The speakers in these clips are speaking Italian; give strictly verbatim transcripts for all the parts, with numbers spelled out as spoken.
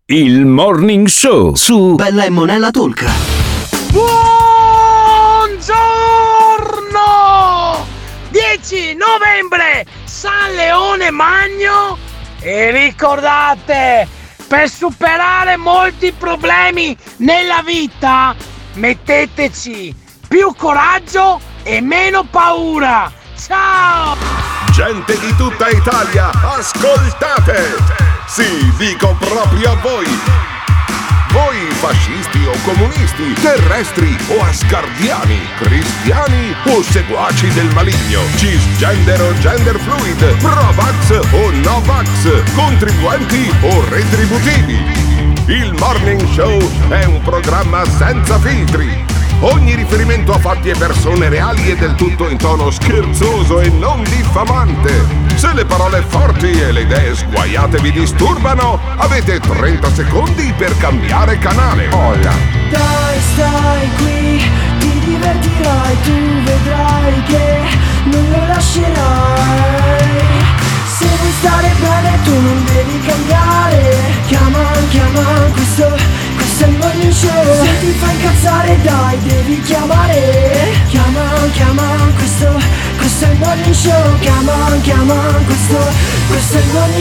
Il Morning Show su Bella e Monella Talk. Buongiorno! dieci novembre, San Leone Magno. E ricordate, per superare molti problemi nella vita, metteteci più coraggio e meno paura. Ciao! Gente di tutta Italia, ascoltate! Sì, dico proprio a voi! Voi fascisti o comunisti, terrestri o asgardiani, cristiani o seguaci del maligno, cisgender o gender fluid, pro-vax o no-vax, contribuenti o retributivi. Il Morning Show è un programma senza filtri. Ogni riferimento a fatti e persone reali è del tutto in tono scherzoso e non diffamante. Se le parole forti e le idee sguaiate vi disturbano, avete trenta secondi per cambiare canale. Hola. Dai, stai qui, ti divertirai, tu vedrai che non lo lascerai. Se vuoi stare bene tu non devi cambiare. Chiama, chiama, questo, questo è il Morning Show. Se ti fa incazzare dai, devi chiamare. Chiama, chiama, questo, questo è il Morning Show. Chiama, chiama, questo, questo è il Morning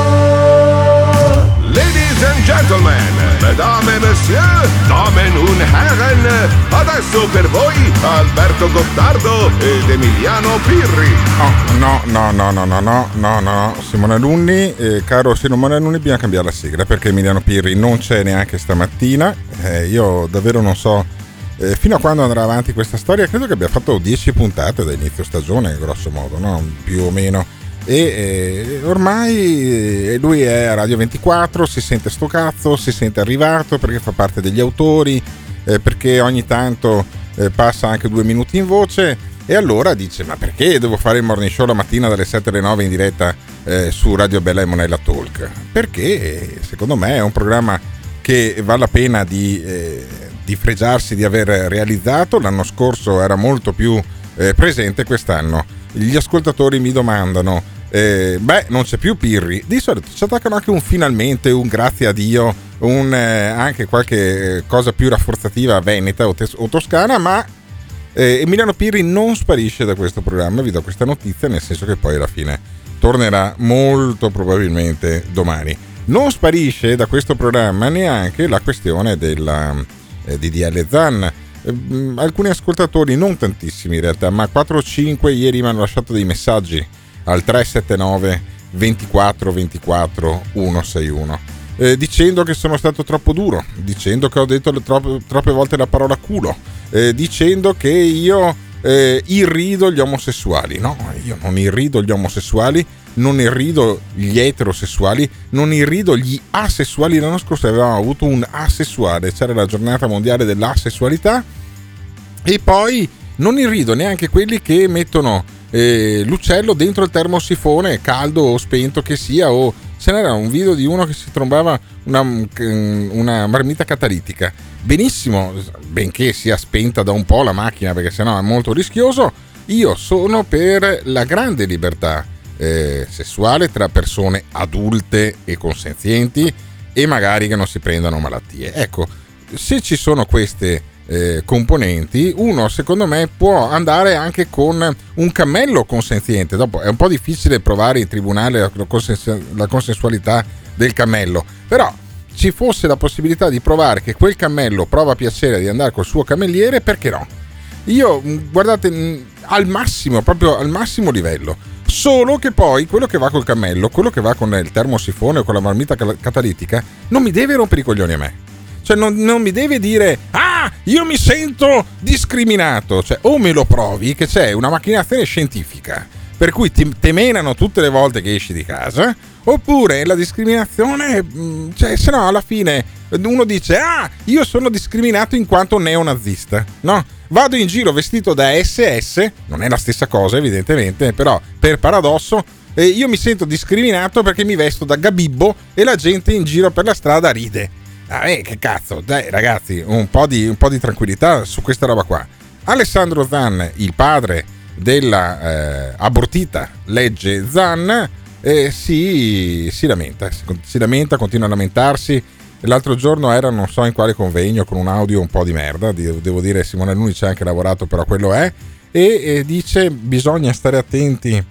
Show. Ladies and gentlemen, mesdames et messieurs, damen und herren, adesso per voi Alberto Gottardo ed Emiliano Pirri. No, no, no, no, no, no, no, no, Simone Alunni, eh, caro Simone Alunni, bisogna cambiare la sigla perché Emiliano Pirri non c'è neanche stamattina. Eh, io davvero non so eh, fino a quando andrà avanti questa storia. Credo che abbia fatto dieci puntate da inizio stagione, grosso modo, no? Più o meno. E eh, ormai eh, lui è a Radio ventiquattro, si sente sto cazzo, si sente arrivato perché fa parte degli autori, eh, perché ogni tanto eh, passa anche due minuti in voce e allora dice: ma perché devo fare il Morning Show la mattina dalle sette alle nove in diretta eh, su Radio Bella e Monella Talk? Perché eh, secondo me è un programma che vale la pena di, eh, di fregiarsi di aver realizzato. L'anno scorso era molto più eh, presente, quest'anno gli ascoltatori mi domandano: eh, beh, non c'è più Pirri. Di solito ci attaccano anche un finalmente, un grazie a Dio, un eh, anche qualche cosa più rafforzativa veneta o, tes- o toscana, ma eh, Emiliano Pirri non sparisce da questo programma. Vi do questa notizia, nel senso che poi alla fine tornerà molto probabilmente domani. Non sparisce da questo programma neanche la questione della eh, D D L Zan. Alcuni ascoltatori, non tantissimi in realtà, ma quattro o cinque ieri mi hanno lasciato dei messaggi al tre sette nove ventiquattro ventiquattro centosessantuno eh, dicendo che sono stato troppo duro, dicendo che ho detto le tro- troppe volte la parola culo, eh, dicendo che io eh, irrido gli omosessuali. No, io non irrido gli omosessuali, non irrido gli eterosessuali, non irrido gli asessuali. L'anno scorso avevamo avuto un asessuale, c'era la giornata mondiale dell'asessualità, e poi non irrido neanche quelli che mettono eh, l'uccello dentro il termosifone, caldo o spento che sia, o ce n'era un video di uno che si trombava una, una marmita catalitica. Benissimo, benché sia spenta da un po' la macchina, perché sennò è molto rischioso. Io sono per la grande libertà eh, sessuale tra persone adulte e consenzienti e magari che non si prendano malattie. Ecco, se ci sono queste eh, componenti, uno secondo me può andare anche con un cammello consenziente. Dopo è un po' difficile provare in tribunale la, consensu- la consensualità del cammello, però ci fosse la possibilità di provare che quel cammello prova piacere di andare col suo cammelliere, perché no? Io, guardate, al massimo, proprio al massimo livello. Solo che poi quello che va col cammello, quello che va con il termosifone o con la marmita catalitica, non mi deve rompere i coglioni a me. Cioè non, non mi deve dire: ah, io mi sento discriminato. Cioè, o me lo provi che c'è una macchinazione scientifica per cui ti, te menano tutte le volte che esci di casa, oppure la discriminazione, cioè se no alla fine uno dice: ah, io sono discriminato in quanto neonazista. No, vado in giro vestito da esse esse, non è la stessa cosa evidentemente, però per paradosso eh, io mi sento discriminato perché mi vesto da Gabibbo e la gente in giro per la strada ride. Ah, eh, che cazzo, dai ragazzi, un po' di, un po' di tranquillità su questa roba qua. Alessandro Zan, il padre della eh, abortita legge Zan, eh, si, si lamenta, si, si lamenta, continua a lamentarsi l'altro giorno era non so in quale convegno con un audio un po' di merda, devo dire Simone Alunni ci ha anche lavorato, però quello è, e, e dice bisogna stare attenti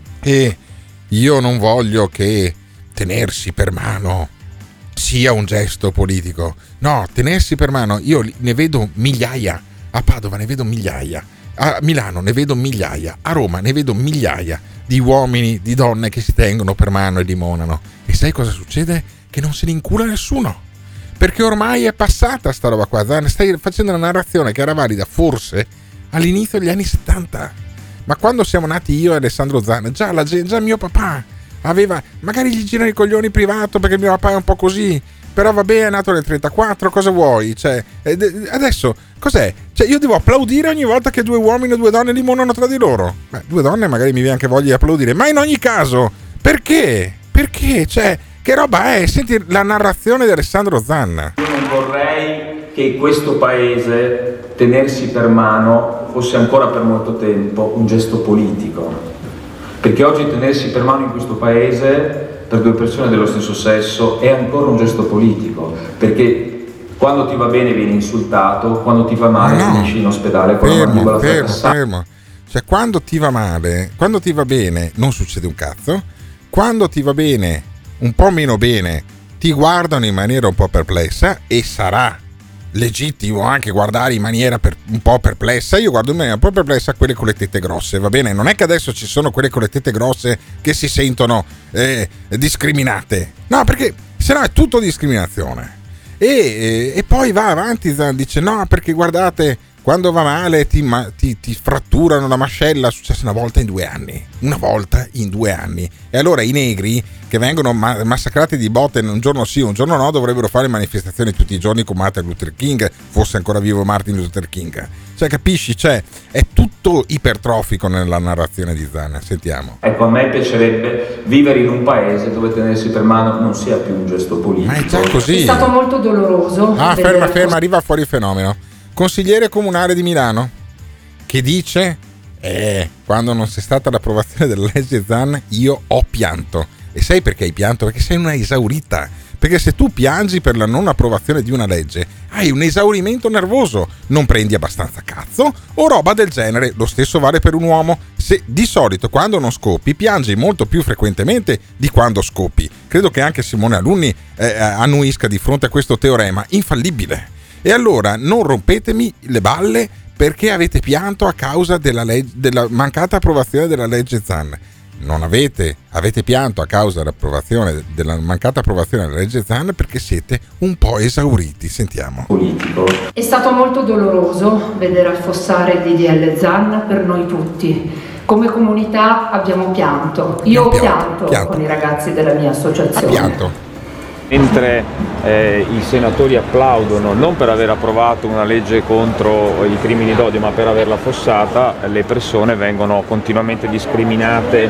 e io non voglio che tenersi per mano sia un gesto politico. No, tenersi per mano, io ne vedo migliaia, a Padova ne vedo migliaia, a Milano ne vedo migliaia, a Roma ne vedo migliaia di uomini, di donne che si tengono per mano e limonano. E sai cosa succede? Che non se ne incula nessuno, perché ormai è passata sta roba qua. Stai facendo una narrazione che era valida forse all'inizio degli anni settanta, ma quando siamo nati io e Alessandro Zanna, già, la, già mio papà aveva, magari gli girano i coglioni privato perché mio papà è un po' così, però vabbè, è nato nel trentaquattro, cosa vuoi? Cioè, adesso cos'è? Cioè, io devo applaudire ogni volta che due uomini o due donne limonano tra di loro? Beh, due donne magari mi viene anche voglia di applaudire, ma in ogni caso, perché? Perché? Cioè, che roba è? Senti la narrazione di Alessandro Zanna. Io non vorrei che in questo paese tenersi per mano fosse ancora per molto tempo un gesto politico, perché oggi tenersi per mano in questo paese per due persone dello stesso sesso è ancora un gesto politico, perché quando ti va bene vieni insultato, quando ti va male no, finisci in ospedale con fermo, la mandibola fermo, fracassata. fermo. Cioè, quando ti va male, quando ti va bene non succede un cazzo, quando ti va bene un po' meno bene ti guardano in maniera un po' perplessa, e sarà legittimo anche guardare in maniera per, un po' perplessa. Io guardo in maniera un po' perplessa quelle con le tette grosse, va bene? Non è che adesso ci sono quelle con le tette grosse che si sentono eh, discriminate, no, perché sennò è tutto discriminazione. E, e, e poi va avanti, dice no, perché guardate, quando va male ti, ti, ti fratturano la mascella. È successo una volta in due anni, una volta in due anni. E allora i negri che vengono ma- massacrati di botte un giorno sì, un giorno no, dovrebbero fare manifestazioni tutti i giorni con Martin Luther King, fosse ancora vivo Martin Luther King. Cioè, capisci? Cioè, è tutto ipertrofico nella narrazione di Zanna. Sentiamo. Ecco, a me piacerebbe vivere in un paese dove tenersi per mano non sia più un gesto politico. Ma è già così. È stato molto doloroso. Ah, ferma, ferma, arriva fuori il fenomeno. Consigliere comunale di Milano che dice eh, quando non c'è stata l'approvazione della legge Zan io ho pianto. E sai perché hai pianto? Perché sei una esaurita, perché se tu piangi per la non approvazione di una legge hai un esaurimento nervoso, non prendi abbastanza cazzo o roba del genere. Lo stesso vale per un uomo. Se di solito quando non scopi piangi molto più frequentemente di quando scopi. Credo che anche Simone Alunni eh, annuisca di fronte a questo teorema infallibile. E allora non rompetemi le balle perché avete pianto a causa della, legge, della mancata approvazione della legge Zan. Non avete, avete pianto a causa dell'approvazione, della mancata approvazione della legge Zan perché siete un po' esauriti. Sentiamo. Politico. È stato molto doloroso vedere affossare il D D L Zan per noi tutti. Come comunità abbiamo pianto. Io ho pianto, pianto con i ragazzi della mia associazione. Ha pianto. Mentre eh, i senatori applaudono non per aver approvato una legge contro i crimini d'odio ma per averla affossata, le persone vengono continuamente discriminate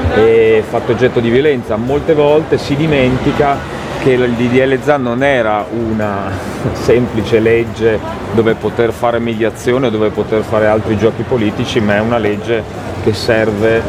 e fatte oggetto di violenza. Molte volte si dimentica che il D D L Zan non era una semplice legge dove poter fare mediazione o dove poter fare altri giochi politici, ma è una legge che serve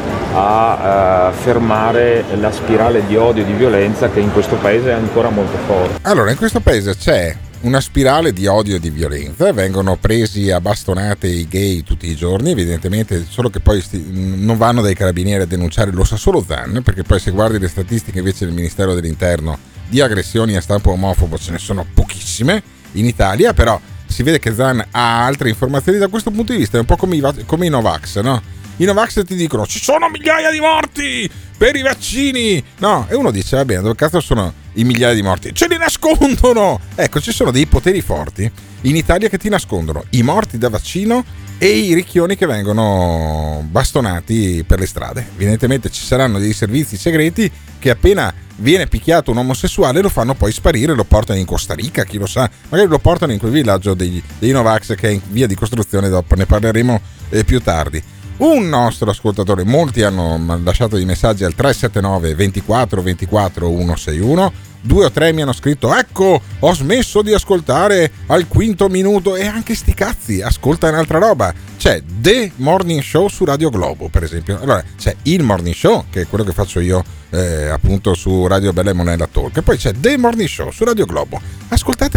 a uh, fermare la spirale di odio e di violenza che in questo paese è ancora molto forte. Allora, in questo paese c'è una spirale di odio e di violenza, vengono presi a bastonate i gay tutti i giorni, evidentemente, solo che poi sti- non vanno dai carabinieri a denunciare, lo sa solo Zan, perché poi se guardi le statistiche invece del Ministero dell'Interno di aggressioni a stampo omofobo ce ne sono pochissime in Italia, però si vede che Zan ha altre informazioni da questo punto di vista. È un po' come i, va- come i Novax, no? I Novax ti dicono ci sono migliaia di morti per i vaccini, no? E uno dice va bene, dove cazzo sono i migliaia di morti? Ce li nascondono! Ecco, ci sono dei poteri forti in Italia che ti nascondono i morti da vaccino e i ricchioni che vengono bastonati per le strade. Evidentemente ci saranno dei servizi segreti che appena viene picchiato un omosessuale lo fanno poi sparire, lo portano in Costa Rica, chi lo sa, magari lo portano in quel villaggio dei, dei Novax che è in via di costruzione, dopo ne parleremo eh, più tardi. Un nostro ascoltatore, molti hanno lasciato dei messaggi al tre sette nove ventiquattro ventiquattro centosessantuno, due o tre mi hanno scritto ecco ho smesso di ascoltare al quinto minuto, e anche sti cazzi, ascolta un'altra roba. C'è The Morning Show su Radio Globo, per esempio. Allora c'è il Morning Show, che è quello che faccio io eh, appunto su Radio Bella e Monella Talk, e poi c'è The Morning Show su Radio Globo.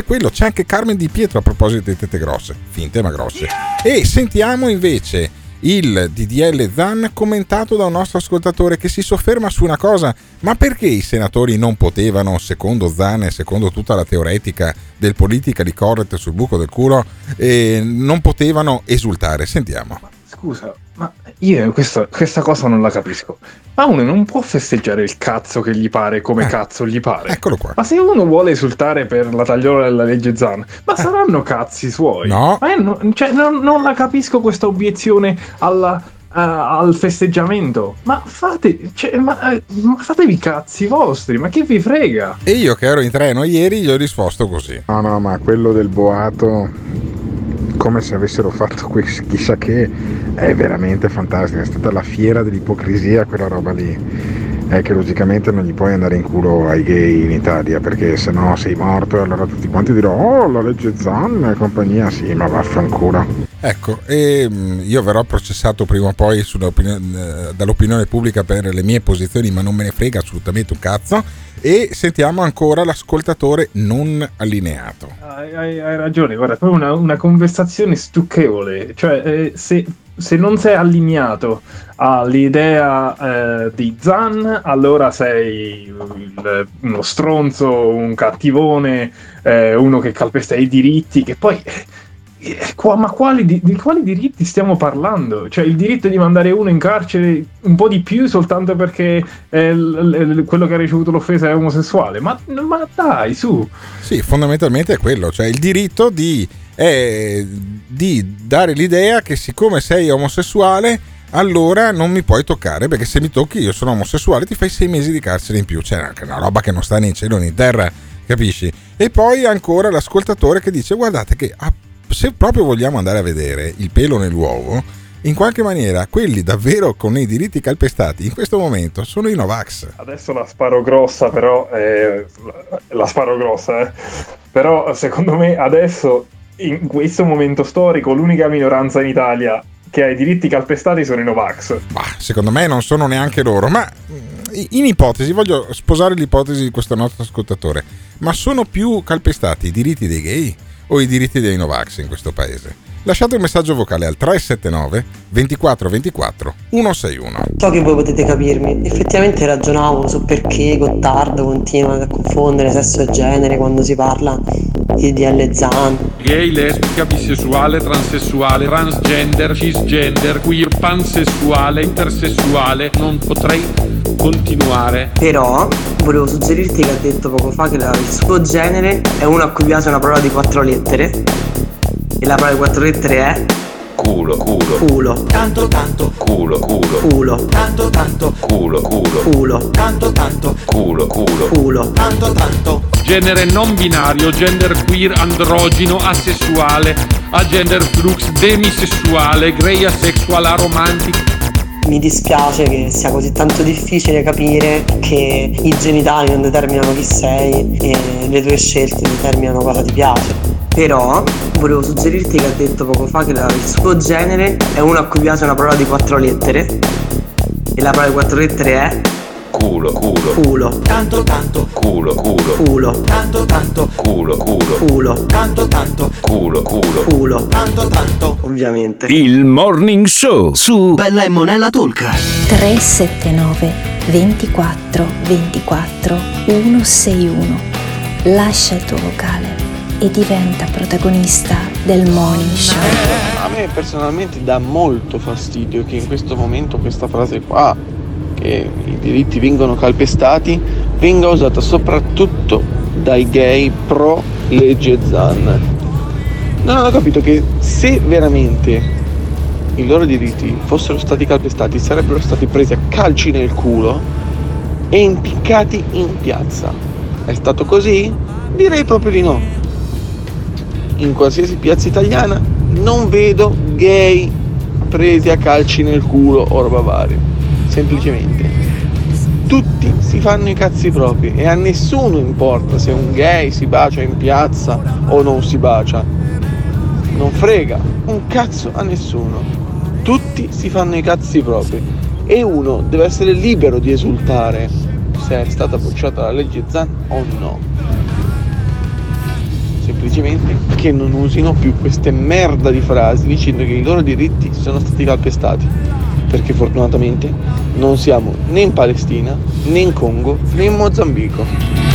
quello. C'è anche Carmen Di Pietro a proposito di tette grosse, finte ma grosse. E sentiamo invece il D D L Zan commentato da un nostro ascoltatore che si sofferma su una cosa: ma perché i senatori non potevano, secondo Zan e secondo tutta la teoretica del politically correct sul buco del culo, eh, non potevano esultare? Sentiamo. Scusa, ma io questa, questa cosa non la capisco. Ma uno non può festeggiare il cazzo che gli pare come eh, cazzo gli pare. Eccolo qua. Ma se uno vuole esultare per la tagliola della legge Zan, ma eh. saranno cazzi suoi. No. Ma io non, cioè, non, non la capisco questa obiezione alla, uh, al festeggiamento. Ma fate, cioè, ma, uh, ma fatevi i cazzi vostri, ma che vi frega? E io che ero in treno ieri gli ho risposto così. No, no, ma quello del boato, come se avessero fatto chissà che, è veramente fantastica. È stata la fiera dell'ipocrisia quella roba lì. È che logicamente non gli puoi andare in culo ai gay in Italia, perché se no sei morto e allora tutti quanti dirò oh la legge Zan e compagnia. Sì, ma vaffanculo. Ecco, e io verrò processato prima o poi dall'opinione pubblica per le mie posizioni, ma non me ne frega assolutamente un cazzo. E sentiamo ancora l'ascoltatore non allineato. Hai, hai, hai ragione, guarda, è proprio una, una conversazione stucchevole. Cioè, eh, se, se non sei allineato all'idea eh, di Zan, allora sei il, uno stronzo, un cattivone, eh, uno che calpesta i diritti, che poi... Qua, ma quali, di, di quali diritti stiamo parlando? Cioè il diritto di mandare uno in carcere un po' di più soltanto perché eh, l, l, quello che ha ricevuto l'offesa è omosessuale? Ma, ma dai, su! Sì, fondamentalmente è quello, cioè il diritto di, eh, di dare l'idea che siccome sei omosessuale allora non mi puoi toccare, perché se mi tocchi io sono omosessuale, ti fai sei mesi di carcere in più. C'è anche una roba che non sta né in cielo né in terra, capisci? E poi ancora l'ascoltatore che dice guardate che a se proprio vogliamo andare a vedere il pelo nell'uovo, in qualche maniera quelli davvero con i diritti calpestati in questo momento sono i Novax. Adesso la sparo grossa, però eh, la sparo grossa, eh. Però secondo me adesso in questo momento storico l'unica minoranza in Italia che ha i diritti calpestati sono i Novax. Ma secondo me non sono neanche loro, ma in ipotesi, voglio sposare l'ipotesi di questo nostro ascoltatore, ma sono più calpestati i diritti dei gay o i diritti dei Novax in questo paese? Lasciate un messaggio vocale al tre sette nove ventiquattro ventiquattro centosessantuno. So che voi potete capirmi, effettivamente ragionavo su perché Gottardo continua a confondere sesso e genere quando si parla di D L Zan. Gay, lesbica, bisessuale, transessuale, transgender, cisgender, queer, pansessuale, intersessuale, non potrei continuare. Però volevo suggerirti che ha detto poco fa che il suo genere è uno a cui piace una parola di quattro lettere. E la parola di quattro lettere è culo, culo, culo, tanto tanto, culo, culo, culo, tanto tanto, culo, culo, culo, tanto tanto, culo, culo, culo, tanto tanto. Genere non binario, gender queer, androgino, asessuale, agender flux, demisessuale, grey, asexual, aromantic. Mi dispiace che sia così tanto difficile capire che i genitali non determinano chi sei e le tue scelte determinano cosa ti piace. Però volevo suggerirti che ha detto poco fa che il suo genere è uno a cui piace una parola di quattro lettere. E la parola di quattro lettere è culo, culo, culo, tanto tanto, culo, culo, culo, tanto tanto, culo, culo, culo, tanto tanto, culo, culo, culo, tanto tanto. Ovviamente. Il Morning Show su Bella e Monella Talk. tre sette nove ventiquattro ventiquattro centosessantuno. Lascia il tuo vocale e diventa protagonista del Morning Show. A me personalmente dà molto fastidio che in questo momento questa frase qua, che i diritti vengono calpestati, venga usata soprattutto dai gay pro legge Zan. Non ho capito che se veramente i loro diritti fossero stati calpestati sarebbero stati presi a calci nel culo e impiccati in piazza. È stato così? Direi proprio di no. In qualsiasi piazza italiana non vedo gay presi a calci nel culo o roba varia. Semplicemente tutti si fanno i cazzi propri e a nessuno importa se un gay si bacia in piazza o non si bacia. Non frega un cazzo a nessuno. Tutti si fanno i cazzi propri e uno deve essere libero di esultare se è stata bocciata la legge Zan o no. semplicemente che non usino più queste merda di frasi dicendo che i loro diritti sono stati calpestati, perché fortunatamente non siamo né in Palestina, né in Congo, né in Mozambico.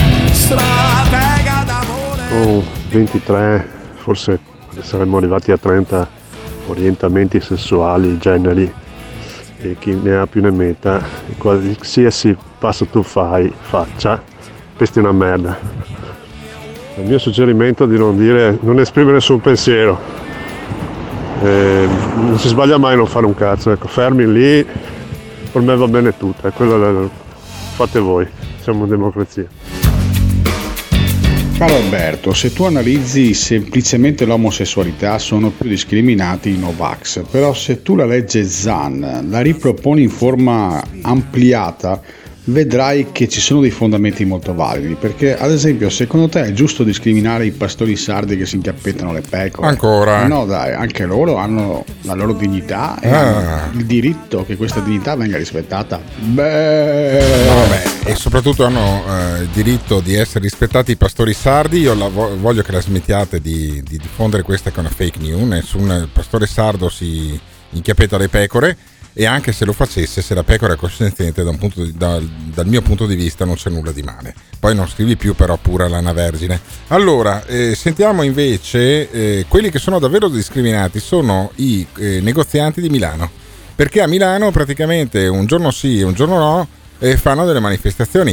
Oh, ventitré, forse saremmo arrivati a trenta orientamenti sessuali, generi, e chi ne ha più ne metta, qualsiasi passo tu fai, faccia, questa è una merda. Il mio suggerimento è di non dire, non esprimere nessun pensiero, eh, non si sbaglia mai a non fare un cazzo, ecco, fermi lì, per me va bene tutto, è quello, fate voi, siamo in democrazia. Caro Alberto, se tu analizzi semplicemente l'omosessualità sono più discriminati i Novax, però se tu la legge Zan la riproponi in forma ampliata vedrai che ci sono dei fondamenti molto validi, perché ad esempio secondo te è giusto discriminare i pastori sardi che si inchiappettano le pecore? Ancora? No dai, anche loro hanno la loro dignità e ah. hanno il diritto che questa dignità venga rispettata. Beh, no, beh, e soprattutto hanno eh, il diritto di essere rispettati i pastori sardi. Io la vo- voglio che la smettiate di, di diffondere questa che è una fake news. Nessun pastore sardo si inchiappetta le pecore, e anche se lo facesse, se la pecora è consenziente, da un punto di, da, dal mio punto di vista non c'è nulla di male. Poi non scrivi più però pura lana vergine. Allora eh, sentiamo invece eh, quelli che sono davvero discriminati sono i eh, negozianti di Milano, perché a Milano praticamente un giorno sì e un giorno no eh, fanno delle manifestazioni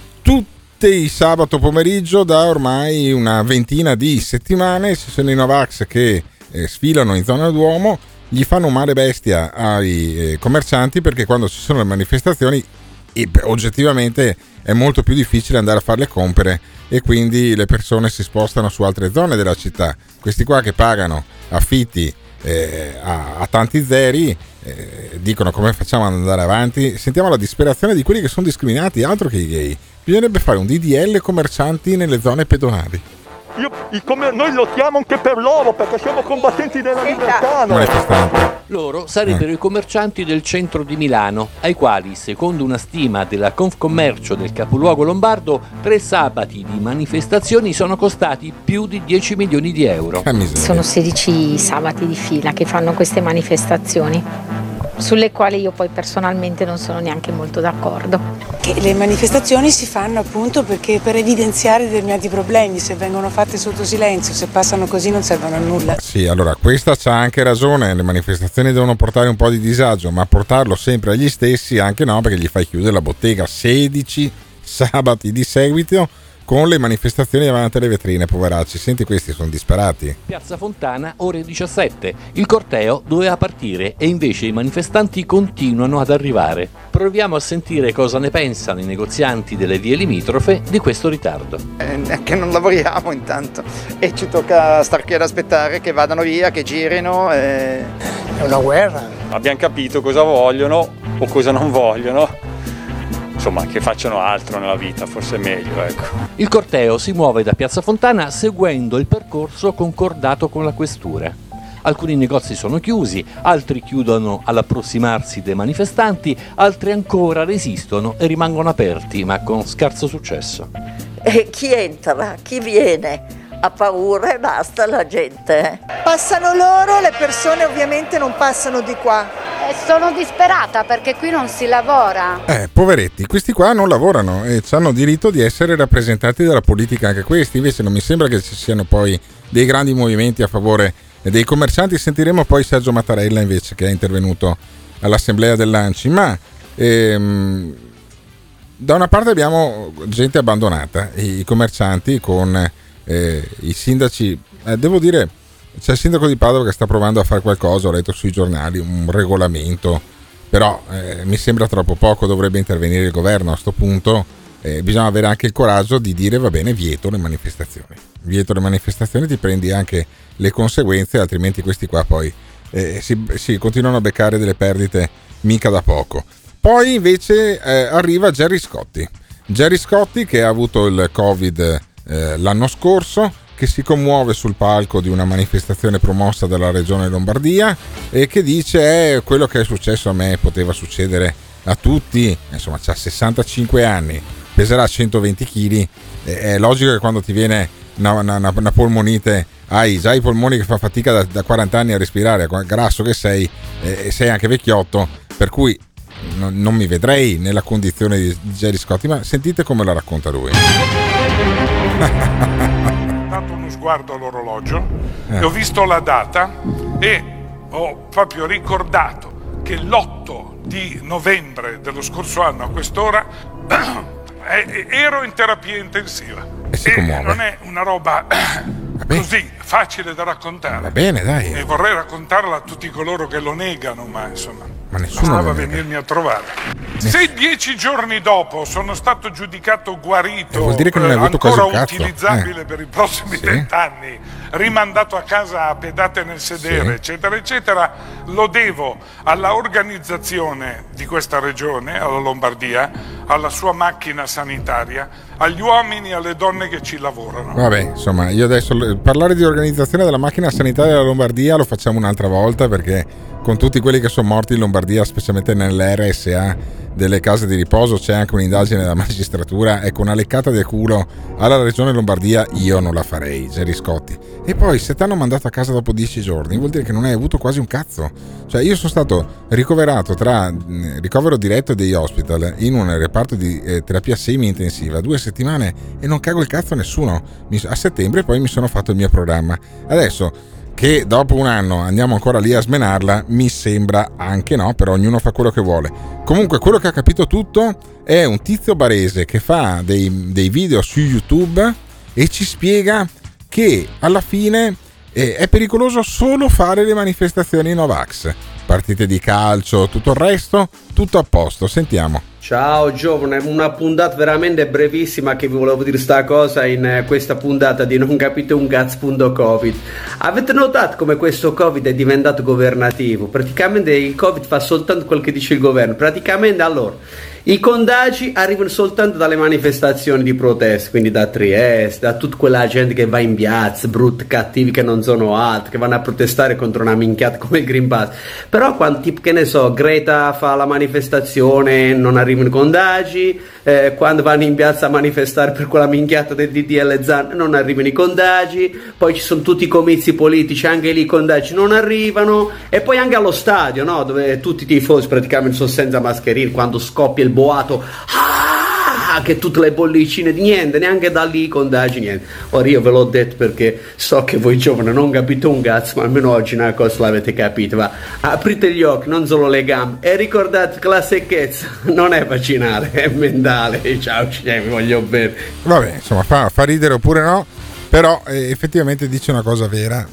tutti i sabato pomeriggio da ormai una ventina di settimane. Ci sono i Novax che eh, sfilano in zona Duomo, gli fanno un male bestia ai eh, commercianti, perché quando ci sono le manifestazioni e, beh, oggettivamente è molto più difficile andare a fare le compere, e quindi le persone si spostano su altre zone della città. Questi qua che pagano affitti eh, a, a tanti zeri eh, dicono come facciamo ad andare avanti. Sentiamo la disperazione di quelli che sono discriminati, altro che i gay. Bisognerebbe fare un D D L commercianti nelle zone pedonali. Io, come noi lottiamo anche per loro, perché siamo combattenti della libertà. No? Loro sarebbero eh. i commercianti del centro di Milano, ai quali, secondo una stima della Confcommercio del capoluogo lombardo, tre sabati di manifestazioni sono costati più di dieci milioni di euro. Sono sedici sabati di fila che fanno queste manifestazioni, sulle quali io poi personalmente non sono neanche molto d'accordo. Che le manifestazioni si fanno appunto perché per evidenziare determinati problemi, se vengono fatte sotto silenzio, se passano così non servono a nulla. Sì, allora questa c'ha anche ragione, le manifestazioni devono portare un po' di disagio, ma portarlo sempre agli stessi anche no, perché gli fai chiudere la bottega sedici sabati di seguito con le manifestazioni davanti alle vetrine, poveracci. Senti, questi sono disperati. Piazza Fontana, ore diciassette. Il corteo doveva partire e invece i manifestanti continuano ad arrivare. Proviamo a sentire cosa ne pensano i negozianti delle vie limitrofe di questo ritardo. Eh, che non lavoriamo intanto e ci tocca star qui ad aspettare che vadano via, che girino. E... È una guerra. Abbiamo capito cosa vogliono o cosa non vogliono. Insomma, che facciano altro nella vita, forse è meglio, ecco. Il corteo si muove da Piazza Fontana seguendo il percorso concordato con la questura. Alcuni negozi sono chiusi, altri chiudono all'approssimarsi dei manifestanti, altri ancora resistono e rimangono aperti, ma con scarso successo. E chi entra, chi viene? Ha paura e basta la gente. Passano loro, le persone ovviamente non passano di qua. Eh, sono disperata perché qui non si lavora. Eh, poveretti, questi qua non lavorano e hanno diritto di essere rappresentati dalla politica anche questi. Invece non mi sembra che ci siano poi dei grandi movimenti a favore dei commercianti. Sentiremo poi Sergio Mattarella invece, che è intervenuto all'assemblea dell'Anci. Ma ehm, da una parte abbiamo gente abbandonata, i commercianti con eh, i sindaci. Eh, devo dire, c'è il sindaco di Padova che sta provando a fare qualcosa, ho letto sui giornali, un regolamento, però eh, mi sembra troppo poco, dovrebbe intervenire il governo a sto punto. Eh, bisogna avere anche il coraggio di dire va bene, vieto le manifestazioni, vieto le manifestazioni, ti prendi anche le conseguenze, altrimenti questi qua poi eh, si, si continuano a beccare delle perdite mica da poco. Poi invece eh, arriva Gerry Scotti, Gerry Scotti che ha avuto il Covid eh, l'anno scorso, che si commuove sul palco di una manifestazione promossa dalla regione Lombardia e che dice eh, quello che è successo a me poteva succedere a tutti. Insomma, c'ha sessantacinque anni, peserà centoventi chili, è logico che quando ti viene una, una, una polmonite, hai già i polmoni che fa fatica da, da quaranta anni a respirare, grasso che sei, e eh, sei anche vecchiotto, per cui no, non mi vedrei nella condizione di Gerry Scotti, ma sentite come la racconta lui. Ho dato uno sguardo all'orologio eh. e ho visto la data e ho proprio ricordato che l'otto di novembre dello scorso anno a quest'ora ero in terapia intensiva e, si e non è una roba così facile da raccontare. Va bene, dai. E vorrei raccontarla a tutti coloro che lo negano, ma insomma ma nessuno bastava lo nega. venirmi a trovare. Se dieci giorni dopo sono stato giudicato guarito, eh, vuol dire che non hai avuto ancora quasi un cazzo. utilizzabile eh. per i prossimi sì. vent'anni, rimandato a casa a pedate nel sedere, sì. eccetera, eccetera, lo devo alla organizzazione di questa regione, alla Lombardia, alla sua macchina sanitaria, agli uomini e alle donne che ci lavorano. Vabbè, insomma, io adesso parlare di organizzazione della macchina sanitaria della Lombardia lo facciamo un'altra volta, perché con tutti quelli che sono morti in Lombardia, specialmente nell'R S A delle case di riposo, c'è anche un'indagine della magistratura. Ecco, una leccata del culo alla regione Lombardia io non la farei, Gerry Scotti. E poi se ti hanno mandato a casa dopo dieci giorni vuol dire che non hai avuto quasi un cazzo. Cioè, io sono stato ricoverato tra ricovero diretto dei hospital in un reparto di eh, terapia semi-intensiva due settimane e non cago il cazzo a nessuno. A settembre poi mi sono fatto il mio programma. Adesso che dopo un anno andiamo ancora lì a smenarla, mi sembra anche no, però ognuno fa quello che vuole. Comunque quello che ha capito tutto è un tizio barese che fa dei, dei video su YouTube e ci spiega che alla fine eh, è pericoloso solo fare le manifestazioni Novax, partite di calcio, tutto il resto, tutto a posto. Sentiamo. Ciao giovane, una puntata veramente brevissima che vi volevo dire sta cosa in eh, questa puntata di Non capite un cazzo punto covid. Avete notato come questo Covid è diventato governativo? Praticamente il Covid fa soltanto quel che dice il governo. Praticamente allora i contagi arrivano soltanto dalle manifestazioni di protesta, quindi da Trieste, da tutta quella gente che va in piazza, brutti, cattivi che non sono altri, che vanno a protestare contro una minchiata come il Green Pass. Però quando, tipo, che ne so, Greta fa la manifestazione non arrivano i contagi, eh, quando vanno in piazza a manifestare per quella minchiata del D D L Zan non arrivano i contagi, poi ci sono tutti i comizi politici, anche lì i contagi non arrivano, e poi anche allo stadio, no? Dove tutti i tifosi praticamente sono senza mascherine, quando scoppia il boato ah, che tutte le bollicine di niente, neanche da lì i contagi, niente. Ora io ve l'ho detto perché so che voi giovani non capite un cazzo, ma almeno oggi una cosa l'avete capito. Va, aprite gli occhi, non solo le gambe, e ricordate che la secchezza non è vaccinale, è mentale. Ciao, vi voglio bene. Vabbè, insomma, fa, fa ridere oppure no, però eh, effettivamente dice una cosa vera.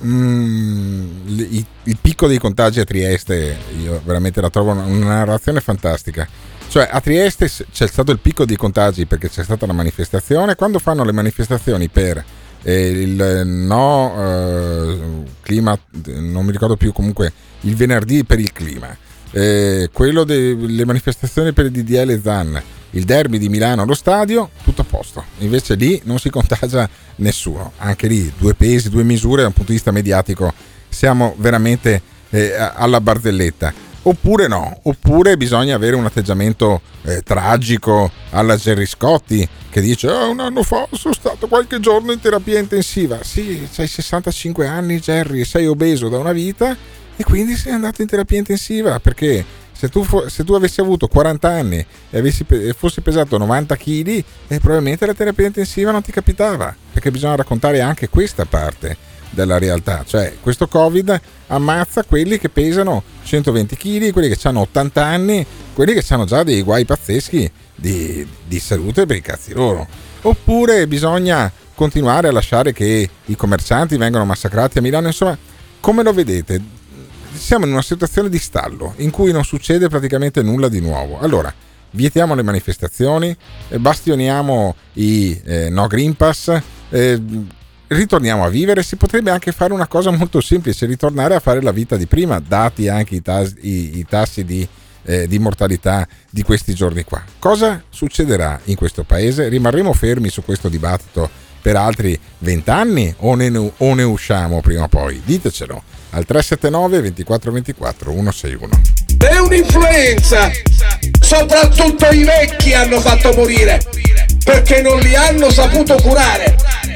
Mm, il, il picco dei contagi a Trieste, io veramente la trovo una, una narrazione fantastica. Cioè, a Trieste c'è stato il picco dei contagi perché c'è stata una manifestazione. Quando fanno le manifestazioni per eh, il no eh, clima, non mi ricordo più, comunque il venerdì per il clima, eh, quello delle manifestazioni per il D D L Zan, il derby di Milano allo stadio, tutto a posto. Invece lì non si contagia nessuno. Anche lì due pesi, due misure, da un punto di vista mediatico siamo veramente eh, alla barzelletta. Oppure no, oppure bisogna avere un atteggiamento eh, tragico alla Gerry Scotti, che dice oh, un anno fa sono stato qualche giorno in terapia intensiva. Sì, c'hai sessantacinque anni Gerry, sei obeso da una vita e quindi sei andato in terapia intensiva, perché se tu, fo- se tu avessi avuto quaranta anni e avessi pe- fossi pesato novanta chili, eh, probabilmente la terapia intensiva non ti capitava, perché bisogna raccontare anche questa parte della realtà. Cioè, questo Covid ammazza quelli che pesano centoventi chili, quelli che hanno ottanta anni, quelli che hanno già dei guai pazzeschi di, di salute per i cazzi loro. Oppure bisogna continuare a lasciare che i commercianti vengano massacrati a Milano. Insomma, come lo vedete, siamo in una situazione di stallo in cui non succede praticamente nulla di nuovo. Allora, vietiamo le manifestazioni, bastioniamo i eh, no Green Pass, eh, ritorniamo a vivere. Si potrebbe anche fare una cosa molto semplice, ritornare a fare la vita di prima, dati anche i, tas- i, i tassi di, eh, di mortalità di questi giorni qua. Cosa succederà in questo paese? Rimarremo fermi su questo dibattito per altri vent'anni o ne, o ne usciamo prima o poi? Ditecelo al tre sette nove due quattro due quattro uno sei uno. È un'influenza, soprattutto i vecchi hanno fatto morire perché non li hanno saputo curare.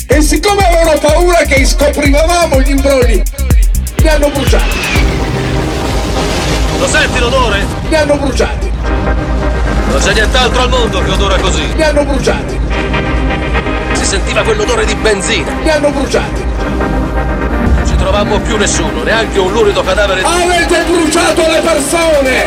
E siccome avevano paura che scoprivamo gli imbrogli, li hanno bruciati. Lo senti l'odore? Li hanno bruciati. Non c'è nient'altro al mondo che odora così. Li hanno bruciati. Si sentiva quell'odore di benzina. Li hanno bruciati. Non ci trovammo più nessuno, neanche un lurido cadavere di... Avete bruciato le persone!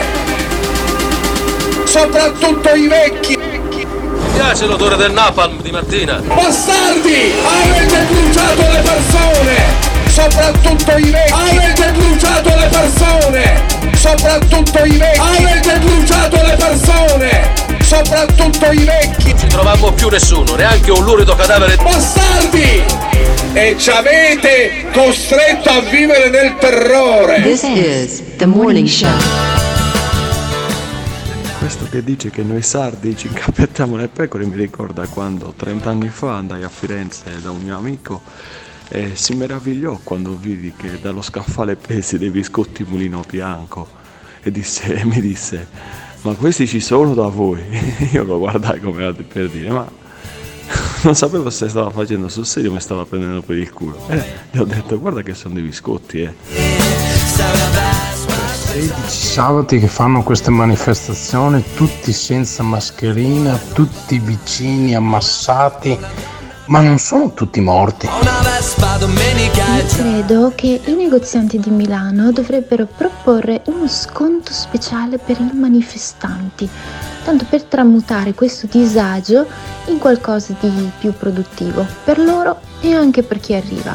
Soprattutto i vecchi! Mi piace l'odore del napalm di mattina. Bastardi! Avete bruciato le persone! Soprattutto i vecchi! Avete bruciato le persone! Soprattutto i vecchi! Avete bruciato le persone! Soprattutto i vecchi! Non ci trovammo più nessuno, neanche un lurido cadavere. Bastardi! E ci avete costretto a vivere nel terrore! This is the morning show. Questo che dice che noi sardi ci incappettiamo le pecore mi ricorda quando trent'anni fa andai a Firenze da un mio amico e si meravigliò quando vidi che dallo scaffale pesi dei biscotti Mulino Bianco e, disse, e mi disse: ma questi ci sono da voi? Io lo guardai come per dire: ma non sapevo se stava facendo sul serio o mi stava prendendo per il culo. E gli ho detto: guarda che sono dei biscotti, eh. sedici sabati che fanno queste manifestazioni, tutti senza mascherina, tutti vicini, ammassati, ma non sono tutti morti. Io credo che i negozianti di Milano dovrebbero proporre uno sconto speciale per i manifestanti, tanto per tramutare questo disagio in qualcosa di più produttivo per loro e anche per chi arriva.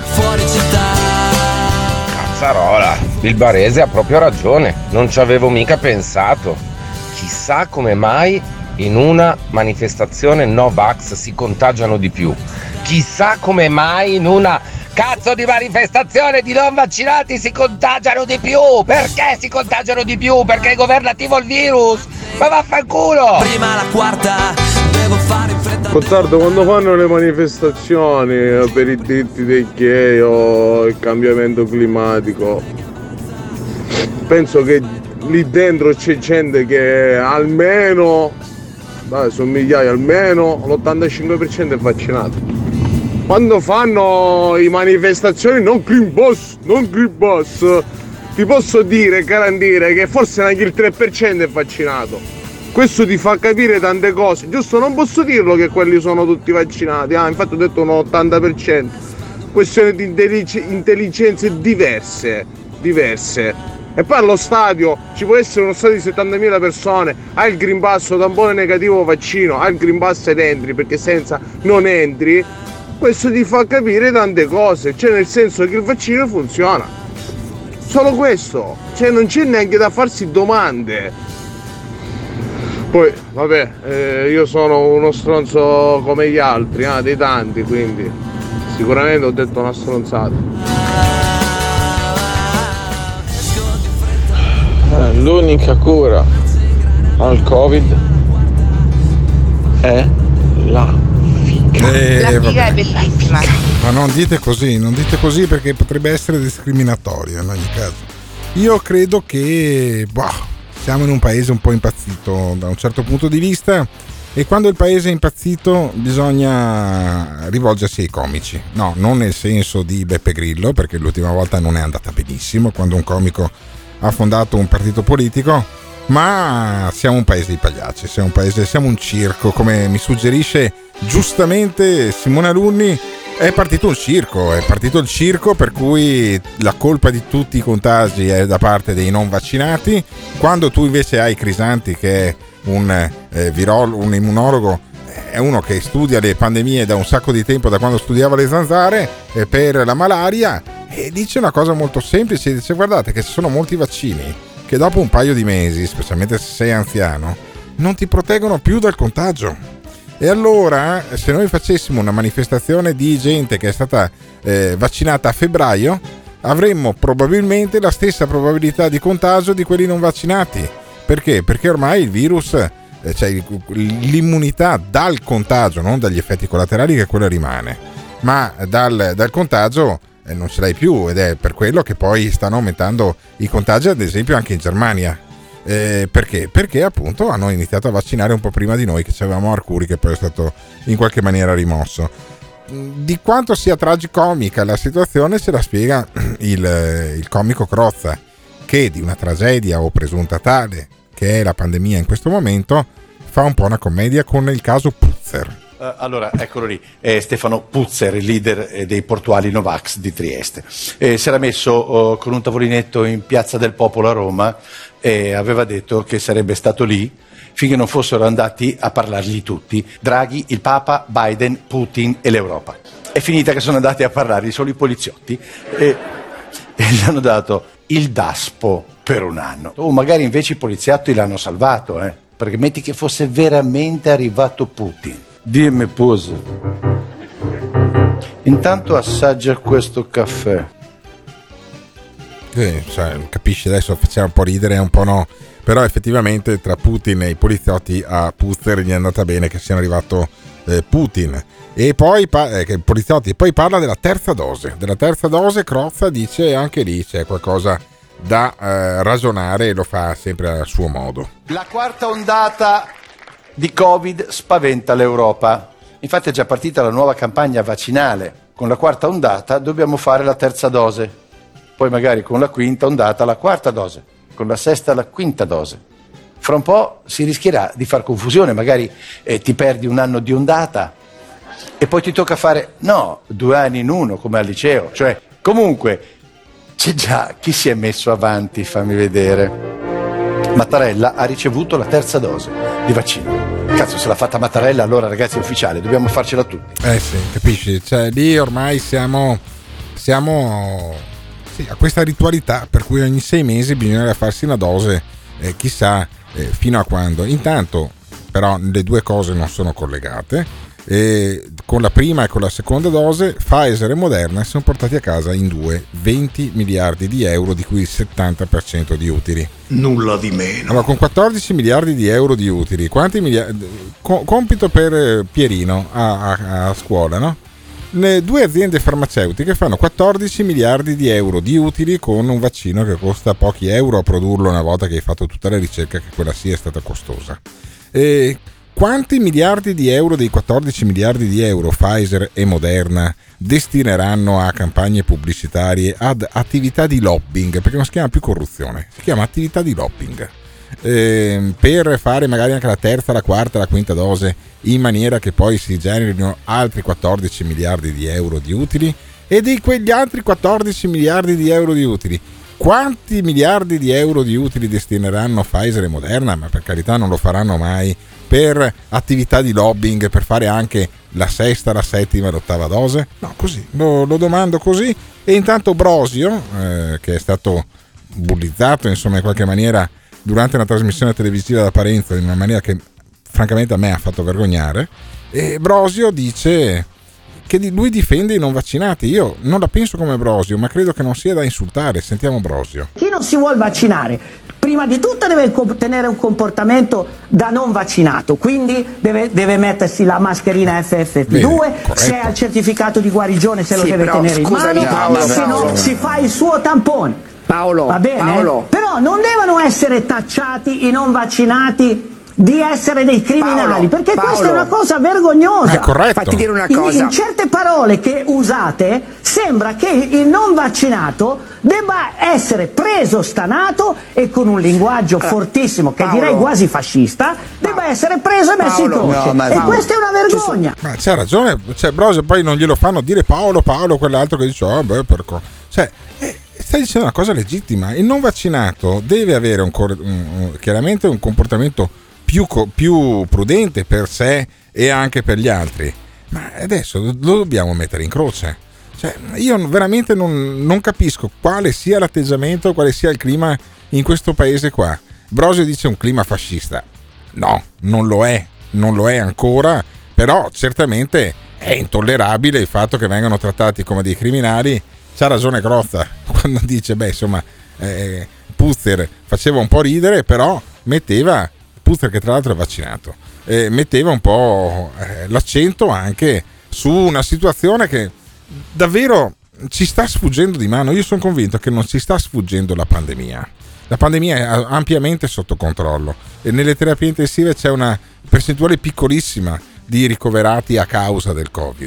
Cazzarola, il barese ha proprio ragione, non ci avevo mica pensato. Chissà come mai in una manifestazione Novax si contagiano di più. Chissà come mai in una cazzo di manifestazione di non vaccinati si contagiano di più. Perché si contagiano di più? Perché è governativo il virus? Ma vaffanculo! Prima la quarta, devo fare in fretta. Cozzardo, quando fanno le manifestazioni per i diritti dei gay o il cambiamento climatico, penso che lì dentro c'è gente che almeno, dai, sono migliaia, almeno l'ottantacinque per cento è vaccinato. Quando fanno le manifestazioni non Green Boss, non Green Boss, ti posso dire, garantire che forse anche il tre per cento è vaccinato. Questo ti fa capire tante cose. Giusto, non posso dirlo che quelli sono tutti vaccinati, ah, infatti ho detto un ottanta per cento. Questione di intellig- intelligenze diverse, diverse. E poi allo stadio ci può essere uno stadio di settantamila persone, hai il Green Pass, tampone negativo vaccino, hai il Green Pass ed entri, perché senza non entri. Questo ti fa capire tante cose, cioè nel senso che il vaccino funziona. Solo questo, cioè non c'è neanche da farsi domande. Poi, vabbè, eh, io sono uno stronzo come gli altri, eh, dei tanti, quindi sicuramente ho detto una stronzata. Eh, l'unica cura al Covid è la Eh, La figa vabbè. è bellissima. Ma non dite così, non dite così perché potrebbe essere discriminatorio in ogni caso. Io credo che boh, siamo in un paese un po' impazzito da un certo punto di vista e quando il paese è impazzito bisogna rivolgersi ai comici. No, non nel senso di Beppe Grillo, perché l'ultima volta non è andata benissimo quando un comico ha fondato un partito politico, ma siamo un paese di pagliacci, siamo un paese, siamo un circo, come mi suggerisce giustamente Simone Alunni. È partito un circo, è partito il circo per cui la colpa di tutti i contagi è da parte dei non vaccinati, quando tu invece hai Crisanti che è un eh, virologo, un immunologo, è uno che studia le pandemie da un sacco di tempo, da quando studiava le zanzare eh, per la malaria, e dice una cosa molto semplice, dice: guardate che ci sono molti vaccini che dopo un paio di mesi, specialmente se sei anziano, non ti proteggono più dal contagio. E allora, se noi facessimo una manifestazione di gente che è stata eh, vaccinata a febbraio, avremmo probabilmente la stessa probabilità di contagio di quelli non vaccinati. Perché? Perché ormai il virus, eh, cioè l'immunità dal contagio, non dagli effetti collaterali, che quella rimane, ma dal, dal contagio eh, non ce l'hai più, ed è per quello che poi stanno aumentando i contagi, ad esempio anche in Germania. Eh, perché? Perché appunto hanno iniziato a vaccinare un po' prima di noi, che avevamo Arcuri che poi è stato in qualche maniera rimosso. di quanto sia tragicomica la situazione ce la spiega il, il comico Crozza, che di una tragedia o presunta tale che è la pandemia in questo momento fa un po' una commedia con il caso Puzzer. Uh, allora, eccolo lì, è Stefano Puzzer, il leader eh, dei portuali Novax di Trieste. Eh, si era messo uh, con un tavolinetto in Piazza del Popolo a Roma e aveva detto che sarebbe stato lì finché non fossero andati a parlargli tutti, Draghi, il Papa, Biden, Putin e l'Europa. È finita che sono andati a parlargli solo i poliziotti e, e gli hanno dato il daspo per un anno. O magari invece i poliziotti l'hanno salvato, eh? Perché metti che fosse veramente arrivato Putin. Dimmi Puz. Intanto assaggia questo caffè. Sì, cioè, capisci, adesso facciamo un po' ridere e un po' no, però effettivamente tra Putin e i poliziotti a Puzzer gli è andata bene che sia arrivato eh, Putin. E poi pa- eh, che poliziotti, e poi parla della terza dose. Della terza dose Crozza dice anche lì c'è qualcosa da eh, ragionare e lo fa sempre a suo modo. La quarta ondata di Covid spaventa l'Europa. Infatti è già partita la nuova campagna vaccinale. Con la quarta ondata dobbiamo fare la terza dose. Poi magari con la quinta ondata la quarta dose. Con la sesta la quinta dose. Fra un po' si rischierà di far confusione. Magari eh, ti perdi un anno di ondata e poi ti tocca fare, no, due anni in uno come al liceo. Cioè, comunque, c'è già chi si è messo avanti, fammi vedere. Mattarella ha ricevuto la terza dose di vaccino. Cazzo, se l'ha fatta Mattarella, allora ragazzi è ufficiale, dobbiamo farcela tutti. Eh sì, capisci? Cioè lì ormai siamo, siamo sì, a questa ritualità per cui ogni sei mesi bisogna farsi una dose, eh, chissà eh, fino a quando. Intanto però le due cose non sono collegate. E con la prima e con la seconda dose Pfizer e Moderna si sono portati a casa in due venti miliardi di euro, di cui il settanta per cento di utili. Nulla di meno. Allora, con quattordici miliardi di euro di utili, quanti miliardi? Co- compito per Pierino a, a, a scuola, no? Le due aziende farmaceutiche fanno quattordici miliardi di euro di utili con un vaccino che costa pochi euro a produrlo una volta che hai fatto tutta la ricerca che quella sia stata costosa. E quanti miliardi di euro dei quattordici miliardi di euro Pfizer e Moderna destineranno a campagne pubblicitarie, ad attività di lobbying, perché non si chiama più corruzione, si chiama attività di lobbying, eh, per fare magari anche la terza, la quarta, la quinta dose, in maniera che poi si generino altri quattordici miliardi di euro di utili? E di quegli altri quattordici miliardi di euro di utili, quanti miliardi di euro di utili destineranno Pfizer e Moderna? Ma per carità non lo faranno mai, per attività di lobbying, per fare anche la sesta, la settima e l'ottava dose? No, così, lo, lo domando così. E intanto Brosio, eh, che è stato bullizzato insomma in qualche maniera durante una trasmissione televisiva da Parenzo in una maniera che francamente a me ha fatto vergognare, e Brosio dice che lui difende i non vaccinati. Io non la penso come Brosio, ma credo che non sia da insultare. Sentiamo Brosio. Chi non si vuol vaccinare prima di tutto deve tenere un comportamento da non vaccinato, quindi deve, deve mettersi la mascherina F F P due, bene, se ha il certificato di guarigione se sì, lo deve però, tenere in mano, Paolo, se Paolo. no si fa il suo tampone. Paolo, va bene? Paolo. Però non devono essere tacciati i non vaccinati di essere dei criminali, Paolo, perché Paolo. questa è una cosa vergognosa. È corretto. Fatti dire una cosa. In, in certe parole che usate sembra che il non vaccinato debba essere preso, stanato e con un linguaggio allora, fortissimo che Paolo. direi quasi fascista, debba essere preso e messo Paolo. in croce. No, e questa è una vergogna. Ma c'ha ragione, cioè Brosio poi non glielo fanno dire Paolo, Paolo, quell'altro che dice oh beh per co-. Cioè eh, stai dicendo una cosa legittima. Il non vaccinato deve avere un, un, un, chiaramente un comportamento Più, più prudente per sé e anche per gli altri, ma adesso lo dobbiamo mettere in croce. Cioè, io veramente non, non capisco quale sia l'atteggiamento, quale sia il clima in questo paese qua. Brosio dice un clima fascista. No, non lo è, non lo è ancora, però certamente è intollerabile il fatto che vengano trattati come dei criminali. C'ha ragione Crozza quando dice, beh insomma, eh, Puzzer faceva un po' ridere, però metteva Puzzer, che tra l'altro è vaccinato, eh, metteva un po' eh, l'accento anche su una situazione che davvero ci sta sfuggendo di mano. Io sono convinto che non ci sta sfuggendo la pandemia. La pandemia è ampiamente sotto controllo e nelle terapie intensive c'è una percentuale piccolissima di ricoverati a causa del Covid.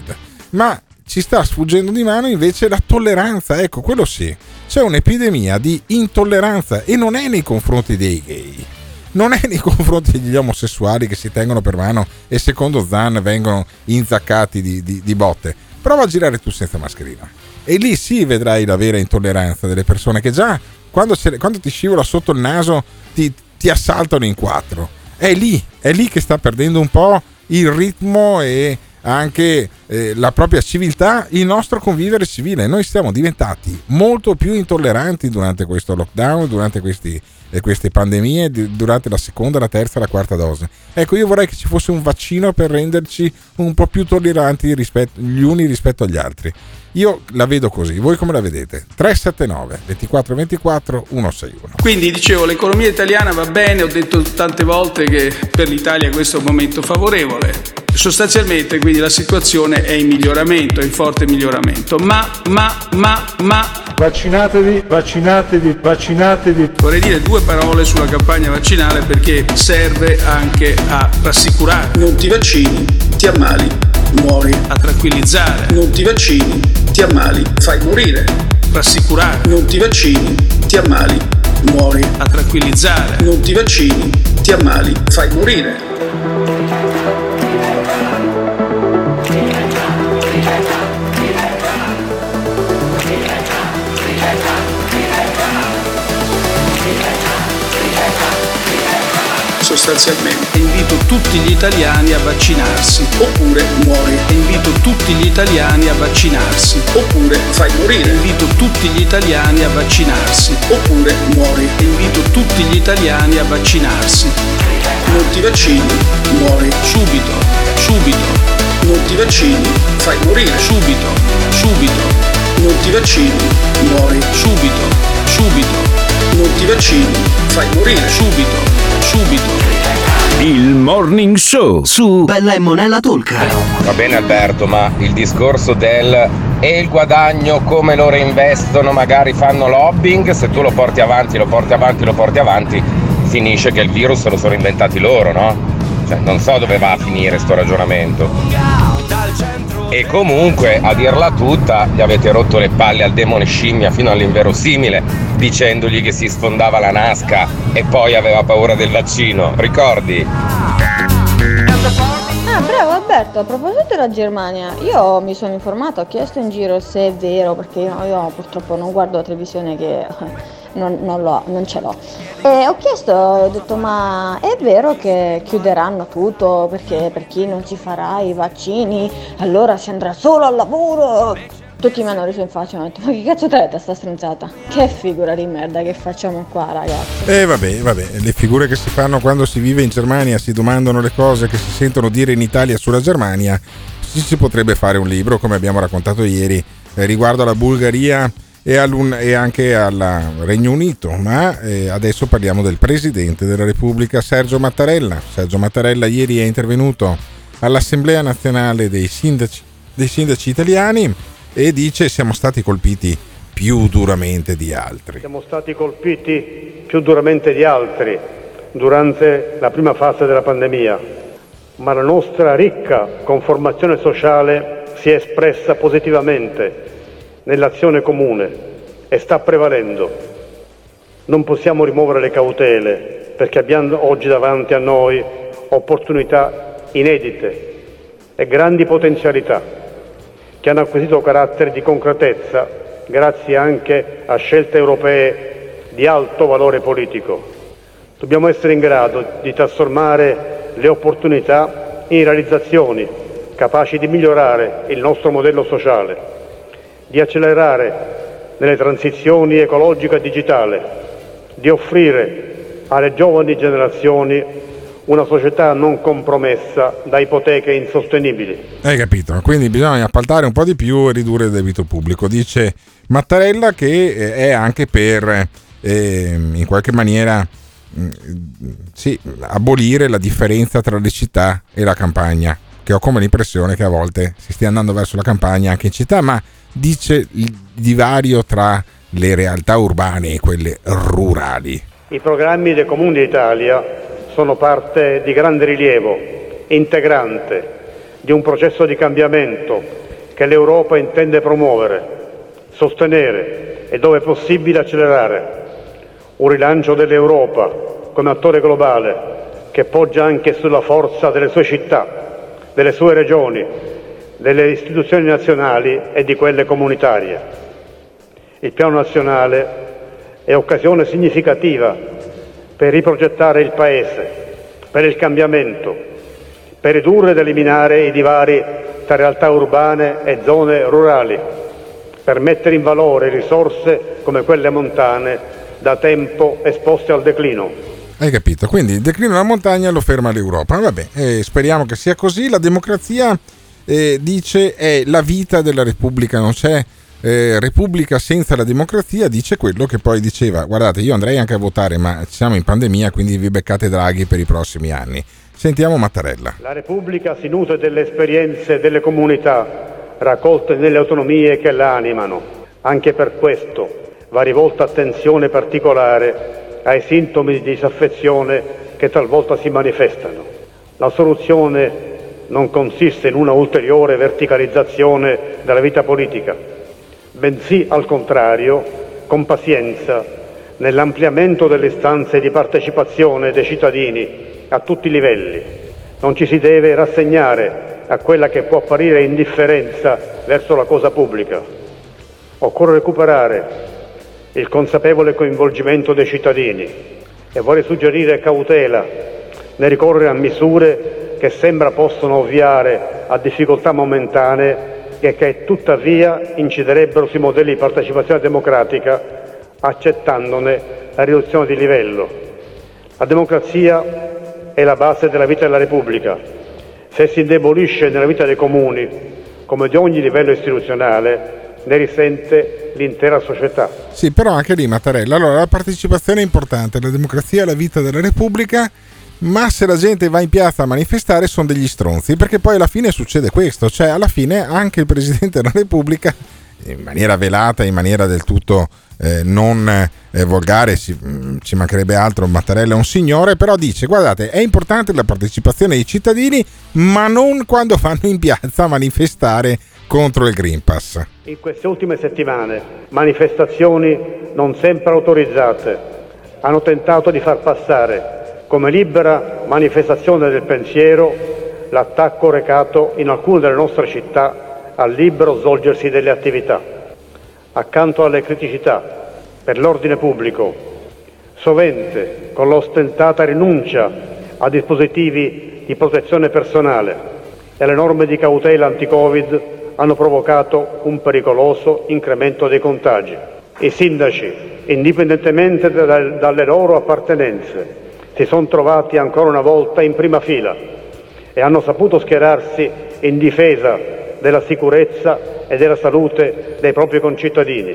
ma ci sta sfuggendo di mano invece la tolleranza. Ecco, quello sì, c'è un'epidemia di intolleranza, e non è nei confronti dei gay, non è nei confronti degli omosessuali che si tengono per mano e secondo Zan vengono inzaccati di, di, di botte. Prova a girare tu senza mascherina e lì sì vedrai la vera intolleranza delle persone che già quando, se, quando ti scivola sotto il naso ti, ti assaltano in quattro. È lì, è lì che sta perdendo un po' il ritmo e anche eh, la propria civiltà, il nostro convivere civile. Noi siamo diventati molto più intolleranti durante questo lockdown, durante questi, eh, queste pandemie, di, durante la seconda, la terza e la quarta dose. Ecco, io vorrei che ci fosse un vaccino per renderci un po' più tolleranti rispetto, gli uni rispetto agli altri. Io la vedo così, voi come la vedete? tre sette nove ventiquattro ventiquattro centosessantuno. Quindi dicevo, l'economia italiana va bene, ho detto tante volte che per l'Italia questo è un momento favorevole. Sostanzialmente quindi la situazione è in miglioramento, è in forte miglioramento, ma, ma, ma, ma... Vaccinatevi, vaccinatevi, vaccinatevi. Vorrei dire due parole sulla campagna vaccinale perché serve anche a rassicurare. Non ti vaccini, ti ammali, muori. A tranquillizzare. Non ti vaccini, ti ammali, fai morire. Rassicurare. Non ti vaccini, ti ammali, muori. A tranquillizzare. Non ti vaccini, ti ammali, fai morire. Sostanzialmente invito tutti gli italiani a vaccinarsi oppure muori. Invito tutti gli italiani a vaccinarsi oppure fai morire. Invito tutti gli italiani a vaccinarsi oppure muori. Invito tutti gli italiani a vaccinarsi. Non ti vaccini, muori subito, subito. Non ti vaccini, fai morire subito, subito. Non ti vaccini, muori subito, subito. Non ti vaccini, fai morire subito, subito. Il Morning Show su Bella e Monella Talk. Va bene Alberto, ma il discorso del e il guadagno come lo reinvestono, magari fanno lobbying, se tu lo porti avanti, lo porti avanti, lo porti avanti, finisce che il virus lo sono inventati loro, no? Cioè non so dove va a finire sto ragionamento. E comunque, a dirla tutta, gli avete rotto le palle al demone scimmia fino all'inverosimile, dicendogli che si sfondava la nasca e poi aveva paura del vaccino, ricordi? Ah, bravo Alberto, a proposito della Germania, io mi sono informato, ho chiesto in giro se è vero, perché io, io purtroppo non guardo la televisione che non, non, l'ho, non ce l'ho. E ho chiesto, ho detto ma è vero che chiuderanno tutto perché per chi non si farà i vaccini allora si andrà solo al lavoro? Tutti mi hanno riso in faccia e mi hanno detto ma che cazzo te sta stronzata? Che figura di merda che facciamo qua ragazzi? E eh, vabbè, vabbè, le figure che si fanno quando si vive in Germania, si domandano le cose che si sentono dire in Italia sulla Germania, si, si potrebbe fare un libro come abbiamo raccontato ieri eh, riguardo alla Bulgaria e, e anche al Regno Unito, ma eh, adesso parliamo del Presidente della Repubblica Sergio Mattarella. Sergio Mattarella ieri è intervenuto all'Assemblea Nazionale dei Sindaci, dei Sindaci Italiani e dice siamo stati colpiti più duramente di altri. Siamo stati colpiti più duramente di altri durante la prima fase della pandemia, ma la nostra ricca conformazione sociale si è espressa positivamente nell'azione comune e sta prevalendo. Non possiamo rimuovere le cautele perché abbiamo oggi davanti a noi opportunità inedite e grandi potenzialità che hanno acquisito carattere di concretezza grazie anche a scelte europee di alto valore politico. Dobbiamo essere in grado di trasformare le opportunità in realizzazioni capaci di migliorare il nostro modello sociale, di accelerare nelle transizioni ecologica e digitale, di offrire alle giovani generazioni una società non compromessa da ipoteche insostenibili. Hai capito? Quindi bisogna appaltare un po' di più e ridurre il debito pubblico, dice Mattarella, che è anche per eh, in qualche maniera mh, sì, abolire la differenza tra le città e la campagna, che ho come l'impressione che a volte si stia andando verso la campagna anche in città, ma dice il divario tra le realtà urbane e quelle rurali. I programmi dei Comuni d'Italia sono parte di grande rilievo, integrante di un processo di cambiamento che l'Europa intende promuovere, sostenere e dove possibile accelerare. Un rilancio dell'Europa come attore globale che poggia anche sulla forza delle sue città, delle sue regioni, delle istituzioni nazionali e di quelle comunitarie. Il piano nazionale è occasione significativa per riprogettare il Paese, per il cambiamento, per ridurre ed eliminare i divari tra realtà urbane e zone rurali, per mettere in valore risorse come quelle montane da tempo esposte al declino. Hai capito? Quindi il declino della montagna lo ferma l'Europa. Vabbè, eh, speriamo che sia così. La democrazia, eh, dice, è la vita della Repubblica, non c'è eh, Repubblica senza la democrazia, dice quello che poi diceva: guardate, io andrei anche a votare, ma siamo in pandemia, quindi vi beccate Draghi per i prossimi anni. Sentiamo Mattarella. La Repubblica si nutre delle esperienze delle comunità raccolte nelle autonomie che la animano. Anche per questo va rivolta attenzione particolare ai sintomi di disaffezione che talvolta si manifestano. La soluzione non consiste in una ulteriore verticalizzazione della vita politica, bensì al contrario, con pazienza, nell'ampliamento delle istanze di partecipazione dei cittadini a tutti i livelli. Non ci si deve rassegnare a quella che può apparire indifferenza verso la cosa pubblica. Occorre recuperare il consapevole coinvolgimento dei cittadini e vorrei suggerire cautela nel ricorrere a misure che sembra possono ovviare a difficoltà momentanee e che tuttavia inciderebbero sui modelli di partecipazione democratica, accettandone la riduzione di livello. La democrazia è la base della vita della Repubblica. Se si indebolisce nella vita dei comuni, come di ogni livello istituzionale, ne risente l'intera società. Sì, però anche lì Mattarella, allora la partecipazione è importante, la democrazia è la vita della Repubblica, ma se la gente va in piazza a manifestare sono degli stronzi, perché poi alla fine succede questo, cioè alla fine anche il Presidente della Repubblica, in maniera velata, in maniera del tutto eh, non eh, volgare, ci, ci mancherebbe altro, Mattarella è un signore, però dice: guardate, è importante la partecipazione dei cittadini, ma non quando vanno in piazza a manifestare contro il Green Pass. In queste ultime settimane manifestazioni non sempre autorizzate hanno tentato di far passare come libera manifestazione del pensiero l'attacco recato in alcune delle nostre città al libero svolgersi delle attività. Accanto alle criticità per l'ordine pubblico, sovente con l'ostentata rinuncia a dispositivi di protezione personale e alle norme di cautela anti-Covid, hanno provocato un pericoloso incremento dei contagi. I sindaci, indipendentemente da, dalle loro appartenenze, si sono trovati ancora una volta in prima fila e hanno saputo schierarsi in difesa della sicurezza e della salute dei propri concittadini.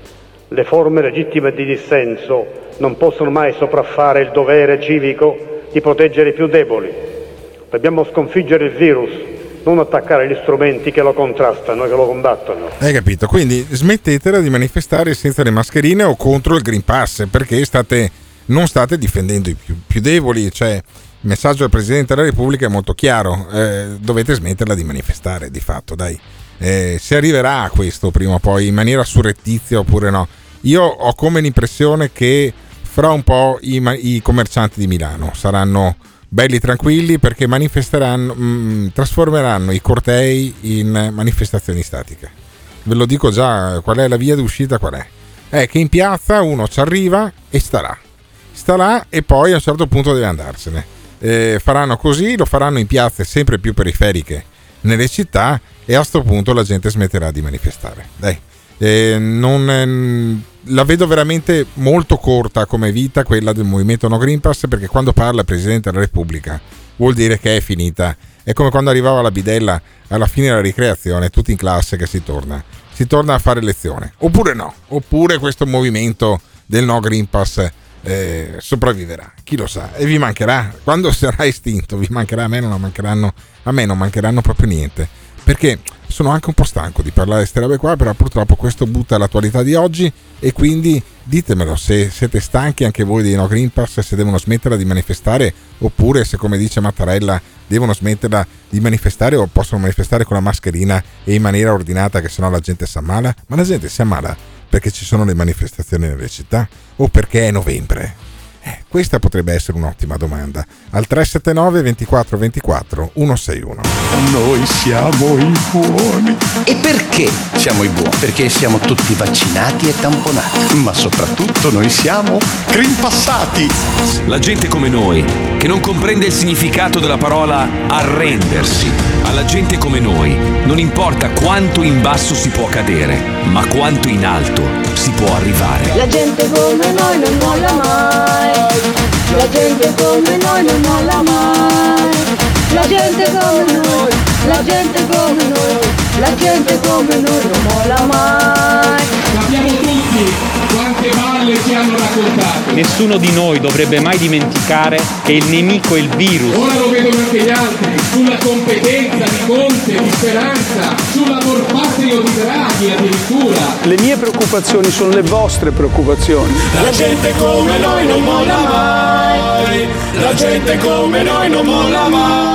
Le forme legittime di dissenso non possono mai sopraffare il dovere civico di proteggere i più deboli. Dobbiamo sconfiggere il virus, non attaccare gli strumenti che lo contrastano e che lo combattono. Hai capito? Quindi smettetela di manifestare senza le mascherine o contro il Green Pass, perché state, non state difendendo i più, più deboli. Cioè, il messaggio del Presidente della Repubblica è molto chiaro: eh, dovete smetterla di manifestare, di fatto, dai. Eh, si arriverà a questo prima o poi, in maniera surrettizia oppure no. Io ho come l'impressione che fra un po' i, i commercianti di Milano saranno belli tranquilli, perché manifesteranno, mh, trasformeranno i cortei in manifestazioni statiche. Ve lo dico già, qual è la via d'uscita, qual è? È che in piazza uno ci arriva e sta là, sta là e poi a un certo punto deve andarsene. Eh, faranno così, lo faranno in piazze sempre più periferiche nelle città, e a questo punto la gente smetterà di manifestare. Dai, eh, non, eh, la vedo veramente molto corta come vita quella del movimento No Green Pass, perché quando parla il Presidente della Repubblica vuol dire che è finita. È come quando arrivava la bidella alla fine della ricreazione, tutti in classe che si torna si torna a fare lezione. Oppure no, oppure questo movimento del No Green Pass eh, sopravviverà, chi lo sa, e vi mancherà quando sarà estinto, vi mancherà. A me non mancheranno a me non mancheranno proprio niente, perché sono anche un po' stanco di parlare di queste robe qua, però purtroppo questo butta l'attualità di oggi, e quindi ditemelo se siete stanchi anche voi dei No Green Pass, se devono smetterla di manifestare, oppure se, come dice Mattarella, devono smetterla di manifestare o possono manifestare con la mascherina e in maniera ordinata, che sennò la gente si ammala? Ma la gente si ammala perché ci sono le manifestazioni nelle città o perché è novembre? Eh, questa potrebbe essere un'ottima domanda. Al tre sette nove ventiquattro ventiquattro centosessantuno. Noi siamo i buoni. E perché siamo i buoni? Perché siamo tutti vaccinati e tamponati. Ma soprattutto noi siamo grimpassati. La gente come noi, che non comprende il significato della parola arrendersi. Alla gente come noi non importa quanto in basso si può cadere, ma quanto in alto si può arrivare. La gente come noi non molla mai. La gente come noi non molla mai. La gente come noi, la gente come noi, la gente come noi non molla mai. Sappiamo tutti quante balle ci hanno raccontato. Nessuno di noi dovrebbe mai dimenticare che il nemico è il virus. Ora lo vedono anche gli altri, sulla competenza di Conte, di Speranza, sull'amor patrio di Draghi addirittura. Le mie preoccupazioni sono le vostre preoccupazioni. La gente come noi non molla mai. La gente come noi non molla mai.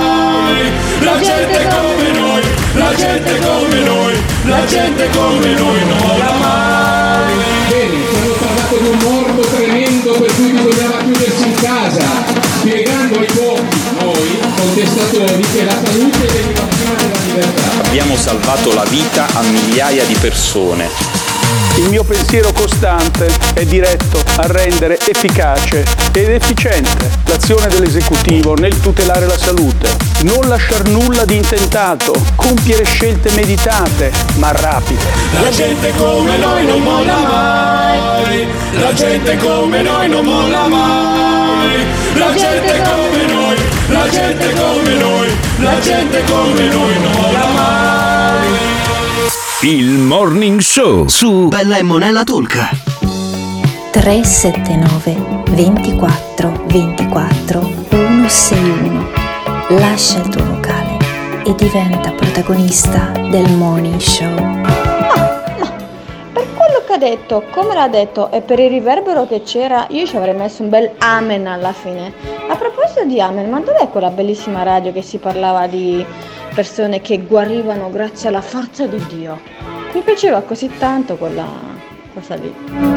La gente come noi, la gente come noi, la gente come noi non molla mai. Bene, ci hanno parlato di un morbo tremendo per cui bisognava chiudersi in casa, spiegando ai pochi, noi, contestatori, che la salute veniva prima della libertà. Abbiamo salvato la vita a migliaia di persone. Il mio pensiero costante è diretto a rendere efficace ed efficiente l'azione dell'esecutivo nel tutelare la salute, non lasciar nulla di intentato, compiere scelte meditate ma rapide. La gente come noi non molla mai, la gente come noi non molla mai, la gente come noi, la gente come noi, la gente come noi non molla mai. Il Morning Show su Bella e Monella Talk. tre sette nove ventiquattro ventiquattro centosessantuno. Lascia il tuo vocale e diventa protagonista del Morning Show. Ma, ma per quello che ha detto, come l'ha detto e per il riverbero che c'era, io ci avrei messo un bel amen alla fine. A proposito di amen, ma dov'è quella bellissima radio che si parlava di persone che guarivano grazie alla forza di Dio? Mi piaceva così tanto quella cosa lì.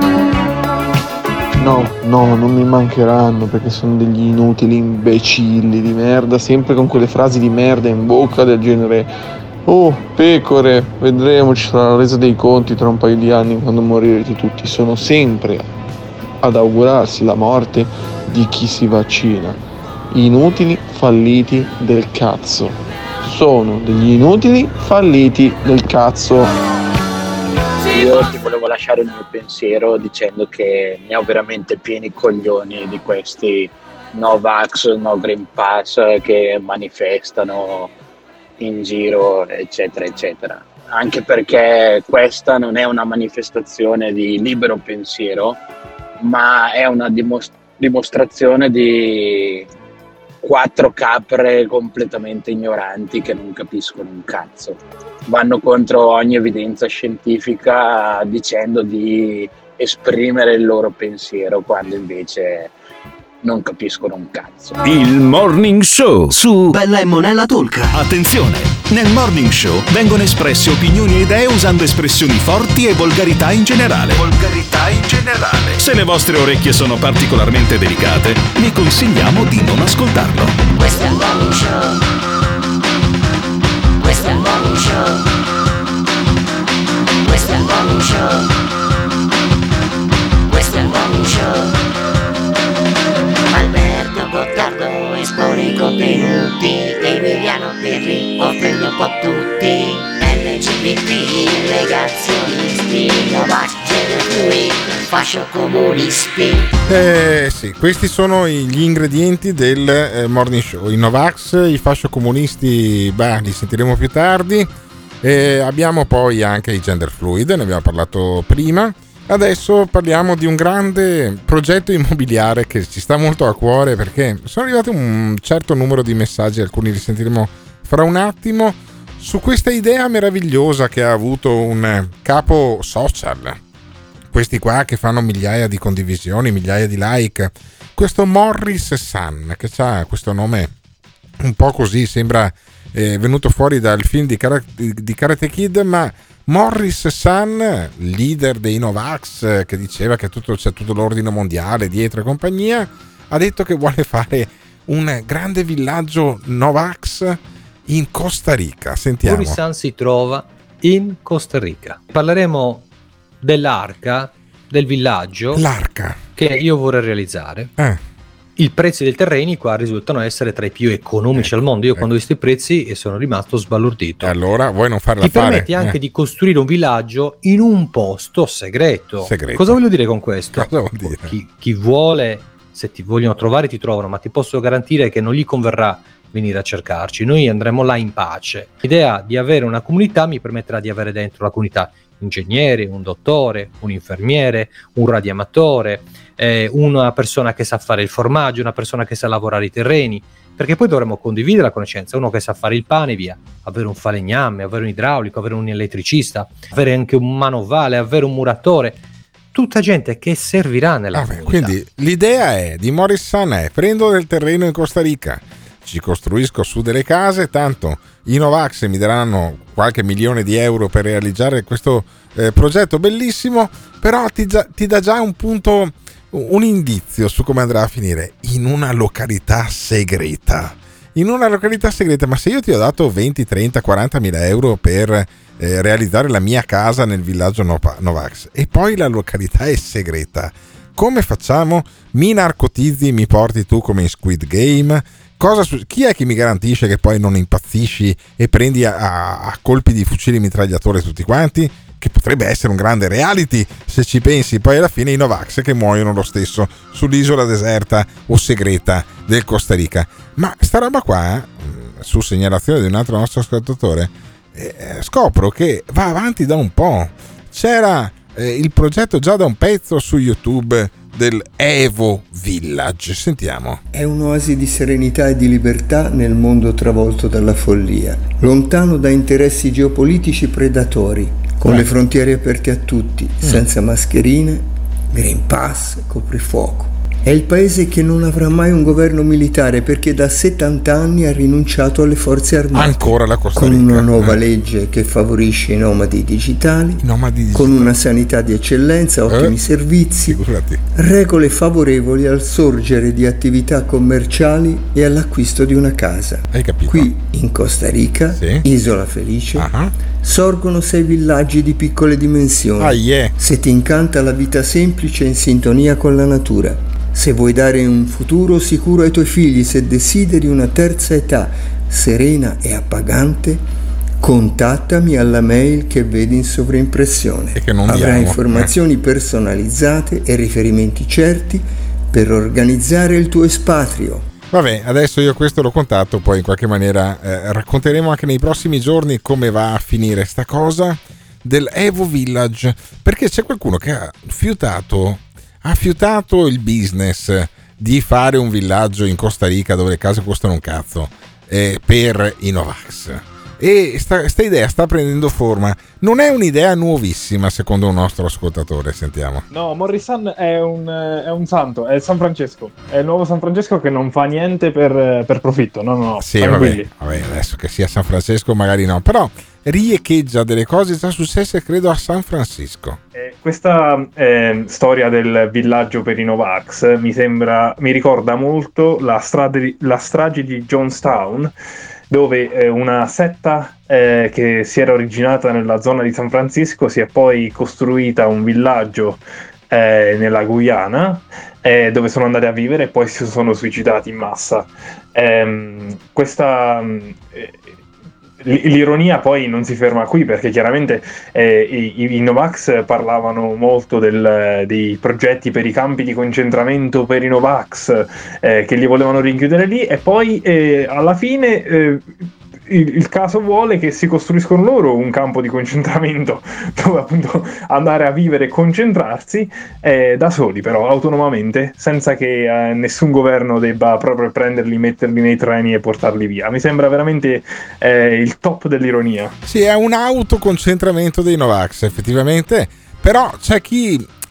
No, no, non mi mancheranno perché sono degli inutili imbecilli di merda, sempre con quelle frasi di merda in bocca del genere: oh, pecore, vedremo, ci sarà la resa dei conti tra un paio di anni quando morirete tutti. Sono sempre ad augurarsi la morte di chi si vaccina. Inutili falliti del cazzo. Sono degli inutili falliti del cazzo. Io ti volevo lasciare il mio pensiero dicendo che ne ho veramente pieni i coglioni di questi no vax, no green pass che manifestano in giro, eccetera eccetera, anche perché questa non è una manifestazione di libero pensiero, ma è una dimos- dimostrazione di quattro capre completamente ignoranti che non capiscono un cazzo. Vanno contro ogni evidenza scientifica dicendo di esprimere il loro pensiero quando invece non capiscono un cazzo. Il Morning Show su Bella e Monella Talk. Attenzione! Nel Morning Show vengono espresse opinioni e idee usando espressioni forti e volgarità in generale. Volgarità in generale. Se le vostre orecchie sono particolarmente delicate, vi consigliamo di non ascoltarlo. Questo è il Morning Show. Questo è il Morning Show. Questo è il Morning Show. Questo è il Morning Show. Alberto Gottardo espone i contenuti, Emiliano Pirri offende un po' tutti, L G B T, negazionisti, Novax, gender fluid, fascio comunisti. Eh sì, questi sono gli ingredienti del eh, Morning Show. I Novax, i fascio comunisti, beh, li sentiremo più tardi. Eh, abbiamo poi anche i gender fluid, ne abbiamo parlato prima. Adesso parliamo di un grande progetto immobiliare che ci sta molto a cuore, perché sono arrivati un certo numero di messaggi, alcuni li sentiremo fra un attimo, su questa idea meravigliosa che ha avuto un capo social, questi qua che fanno migliaia di condivisioni, migliaia di like, questo Morris Sun, che ha questo nome un po' così, sembra eh, venuto fuori dal film di, Kara- di Karate Kid, ma Morris San, leader dei Novax, che diceva che tutto, c'è tutto l'ordine mondiale dietro e compagnia, ha detto che vuole fare un grande villaggio Novax in Costa Rica. Sentiamo. Morris San si trova in Costa Rica. Parleremo dell'arca, del villaggio, l'arca che io vorrei realizzare. Eh. I prezzi dei terreni qua risultano essere tra i più economici eh, al mondo. Io eh. quando ho visto i prezzi e sono rimasto sbalordito. E allora vuoi non farla Ti fare? permetti anche eh. di costruire un villaggio in un posto segreto. segreto. Cosa voglio dire con questo? Cosa vuol dire? Chi, chi vuole, se ti vogliono trovare ti trovano, ma ti posso garantire che non gli converrà venire a cercarci. Noi andremo là in pace. L'idea di avere una comunità mi permetterà di avere dentro la comunità ingegneri, un dottore, un infermiere, un radioamatore, eh, una persona che sa fare il formaggio, una persona che sa lavorare i terreni, perché poi dovremo condividere la conoscenza, uno che sa fare il pane, via, avere un falegname, avere un idraulico, avere un elettricista, avere anche un manovale, avere un muratore, tutta gente che servirà nella Vabbè, comunità. quindi l'idea è di Morris San è: prendo del terreno in Costa Rica, ci costruisco su delle case, tanto i Novax mi daranno qualche milione di euro per realizzare questo eh, progetto bellissimo, però ti, già, ti dà già un punto, un indizio su come andrà a finire: in una località segreta. In una località segreta, ma se io ti ho dato venti, trenta, quaranta mila euro per eh, realizzare la mia casa nel villaggio Novax e poi la località è segreta, come facciamo? Mi narcotizzi, mi porti tu come in Squid Game? Cosa su- chi è che mi garantisce che poi non impazzisci e prendi a, a, a colpi di fucili mitragliatore tutti quanti? Che potrebbe essere un grande reality se ci pensi. Poi alla fine i Novax che muoiono lo stesso sull'isola deserta o segreta del Costa Rica. Ma sta roba qua, su segnalazione di un altro nostro ascoltatore, eh, scopro che va avanti da un po'. C'era eh, il progetto già da un pezzo su YouTube del Evo Village. Sentiamo. È un'oasi di serenità e di libertà nel mondo travolto dalla follia, lontano da interessi geopolitici predatori, con eh. le frontiere aperte a tutti, mm. senza mascherine, Green Pass, coprifuoco. È il paese che non avrà mai un governo militare perché da settanta anni ha rinunciato alle forze armate. Ancora la Costa Rica. Con una nuova eh. legge che favorisce i nomadi digitali, I nomadi digitali. Con una sanità di eccellenza, ottimi eh. servizi, Figurati. regole favorevoli al sorgere di attività commerciali e all'acquisto di una casa. Hai capito? Qui in Costa Rica, sì. Isola Felice, uh-huh. sorgono sei villaggi di piccole dimensioni. Ah, yeah. Se ti incanta la vita semplice in sintonia con la natura, se vuoi dare un futuro sicuro ai tuoi figli, se desideri una terza età serena e appagante, contattami alla mail che vedi in sovraimpressione. E che non Avrai diamo, informazioni eh. personalizzate e riferimenti certi per organizzare il tuo espatrio. Vabbè, adesso io questo lo contatto, poi in qualche maniera eh, racconteremo anche nei prossimi giorni come va a finire sta cosa del Evo Village, perché c'è qualcuno che ha fiutato ha fiutato il business di fare un villaggio in Costa Rica dove le case costano un cazzo eh, per i Novax. E sta, sta idea sta prendendo forma. Non è un'idea nuovissima, secondo un nostro ascoltatore. Sentiamo. No, Morris San è un, è un santo, è San Francesco. È il nuovo San Francesco che non fa niente per, per profitto. No, no, no. Sì, vabbè, vabbè, adesso che sia San Francesco magari no, però riecheggia delle cose già successe, credo, a San Francisco. Eh, questa eh, storia del villaggio per i Novax mi sembra, mi ricorda molto la, strade, la strage di Jonestown, dove eh, una setta eh, che si era originata nella zona di San Francisco si è poi costruita un villaggio eh, nella Guyana, eh, dove sono andati a vivere e poi si sono suicidati in massa. Eh, questa eh, L'ironia poi non si ferma qui, perché chiaramente eh, i, i Novax parlavano molto del, dei progetti per i campi di concentramento per i Novax, eh, che li volevano rinchiudere lì, e poi eh, alla fine eh, il, il caso vuole che si costruiscono loro un campo di concentramento dove appunto andare a vivere e concentrarsi eh, da soli, però autonomamente, senza che eh, nessun governo debba proprio prenderli, metterli nei treni e portarli via. Mi sembra veramente eh, il top dell'ironia. Sì, è un autoconcentramento dei Novax, effettivamente, però c'è chi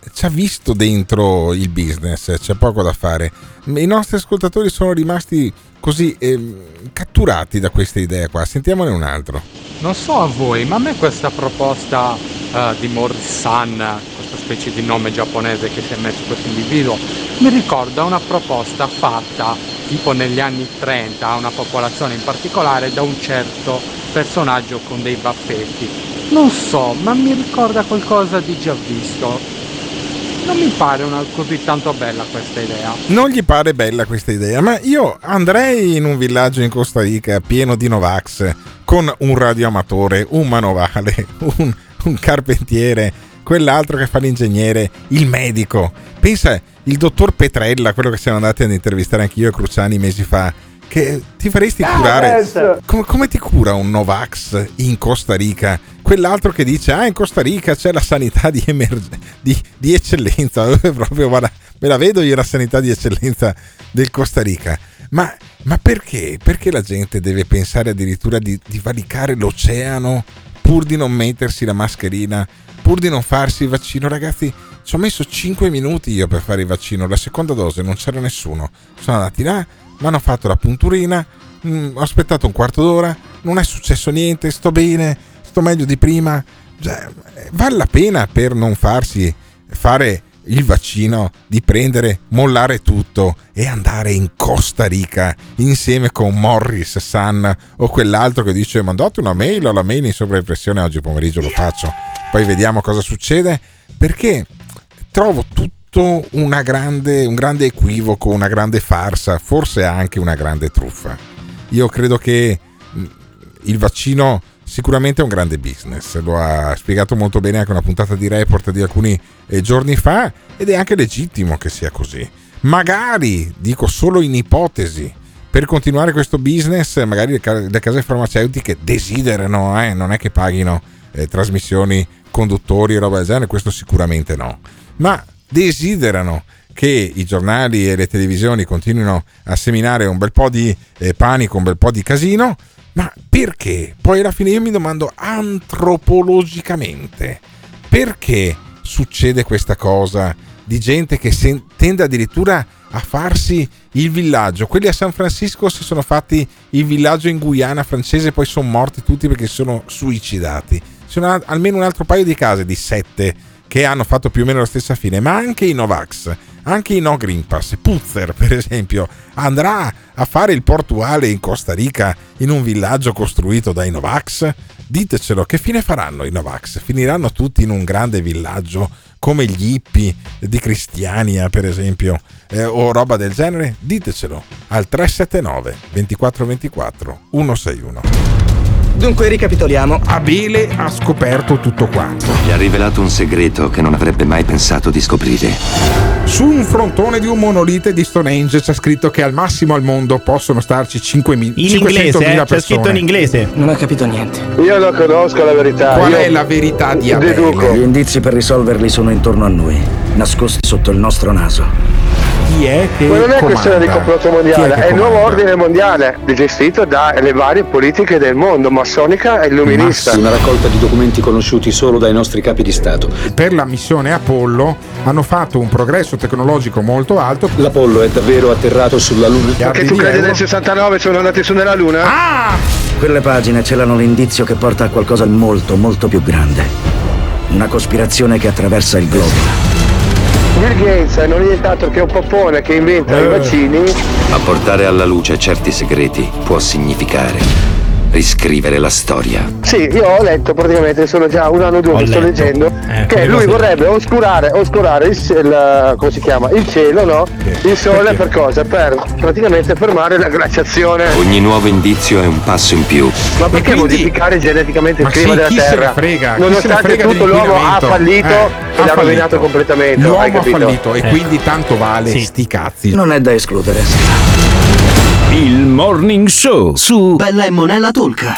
ci ha visto dentro il business, c'è poco da fare. I nostri ascoltatori sono rimasti così eh, catturati da questa idea qua. Sentiamone un altro. Non so a voi, ma a me questa proposta uh, di Morris-san, questa specie di nome giapponese che si è messo questo individuo, mi ricorda una proposta fatta tipo negli anni trenta a una popolazione in particolare da un certo personaggio con dei baffetti. Non so, ma mi ricorda qualcosa di già visto. Non mi pare una così tanto bella questa idea. Non gli pare bella questa idea, ma io andrei in un villaggio in Costa Rica pieno di Novax, con un radioamatore, un manovale, un, un carpentiere, quell'altro che fa l'ingegnere, il medico. Pensa, il dottor Petrella, quello che siamo andati ad intervistare anch'io e Cruciani mesi fa, che ti faresti curare. Come, come ti cura un Novax in Costa Rica? Quell'altro che dice, ah, in Costa Rica c'è la sanità di, emerg- di, di eccellenza. Proprio, guarda, me la vedo io la sanità di eccellenza del Costa Rica. Ma, ma perché? Perché la gente deve pensare addirittura di, di valicare l'oceano pur di non mettersi la mascherina, pur di non farsi il vaccino? Ragazzi, ci ho messo cinque minuti io per fare il vaccino, la seconda dose non c'era nessuno. Sono andati là, mi hanno fatto la punturina, mh, ho aspettato un quarto d'ora, non è successo niente, sto bene, sto meglio di prima. Cioè, vale la pena, per non farsi fare il vaccino, di prendere, mollare tutto e andare in Costa Rica insieme con Morris San o quell'altro che dice mandate una mail alla mail in sovraimpressione, oggi pomeriggio lo faccio, poi vediamo cosa succede, perché trovo tutto una grande, un grande equivoco, una grande farsa, forse anche una grande truffa. Io credo che il vaccino sicuramente è un grande business, lo ha spiegato molto bene anche una puntata di Report di alcuni eh, giorni fa, ed è anche legittimo che sia così. Magari, dico solo in ipotesi, per continuare questo business magari le, ca- le case farmaceutiche desiderano, eh, non è che paghino eh, trasmissioni, conduttori e roba del genere, questo sicuramente no, ma desiderano che i giornali e le televisioni continuino a seminare un bel po' di eh, panico, un bel po' di casino. Ma perché? Poi alla fine io mi domando antropologicamente perché succede questa cosa di gente che sen- tende addirittura a farsi il villaggio. Quelli a San Francisco si sono fatti il villaggio in Guyana francese, poi sono morti tutti perché sono suicidati. Ci sono almeno un altro paio di case di sette che hanno fatto più o meno la stessa fine, ma anche i Novax, anche i No Green Pass. Puzzer, per esempio, andrà a fare il portuale in Costa Rica in un villaggio costruito dai Novax? Ditecelo, che fine faranno i Novax? Finiranno tutti in un grande villaggio come gli hippie di Cristiania, per esempio, eh, o roba del genere? Ditecelo al tre sette nove ventiquattro ventiquattro centosessantuno. Dunque ricapitoliamo. Abele ha scoperto tutto quanto. Gli ha rivelato un segreto che non avrebbe mai pensato di scoprire. Su un frontone di un monolite di Stonehenge c'è scritto che al massimo al mondo possono starci cinquemila in inglese, eh? C'è scritto in inglese. Non ho capito niente. Io non conosco la verità. Qual Io è la verità di Abele? Deduco. Gli indizi per risolverli sono intorno a noi, nascosti sotto il nostro naso. Chi è che Ma non è comanda? questione di complotto mondiale, È, è il nuovo ordine mondiale gestito dalle varie politiche del mondo, massonica e illuminista. Una raccolta di documenti conosciuti solo dai nostri capi di Stato. Per la missione Apollo hanno fatto un progresso tecnologico molto alto. L'Apollo è davvero atterrato sulla Luna. Perché tu credi nel sessantanove sono andati su nella Luna? Ah! Quelle pagine celano l'indizio che porta a qualcosa di molto, molto più grande. Una cospirazione che attraversa il globo. Bill Gates non è nient'altro che un poppone che inventa eh. i vaccini. Ma portare alla luce certi segreti può significare riscrivere la storia. Sì, io ho letto praticamente, sono già un anno o due che sto leggendo, eh, che lui vorrebbe oscurare, oscurare il, il, come si chiama, il cielo, no? Il sole. Per cosa? Per praticamente fermare la glaciazione. Ogni nuovo indizio è un passo in più. Ma perché quindi modificare geneticamente il clima sì, della chi Terra? Se ne frega, nonostante frega tutto l'uomo ha fallito eh, e l'ha rovinato completamente. L'uomo hai ha capito? fallito e eh. quindi tanto vale sì. sti cazzi. Non è da escludere. Il Morning Show su Bella e Monella Talk.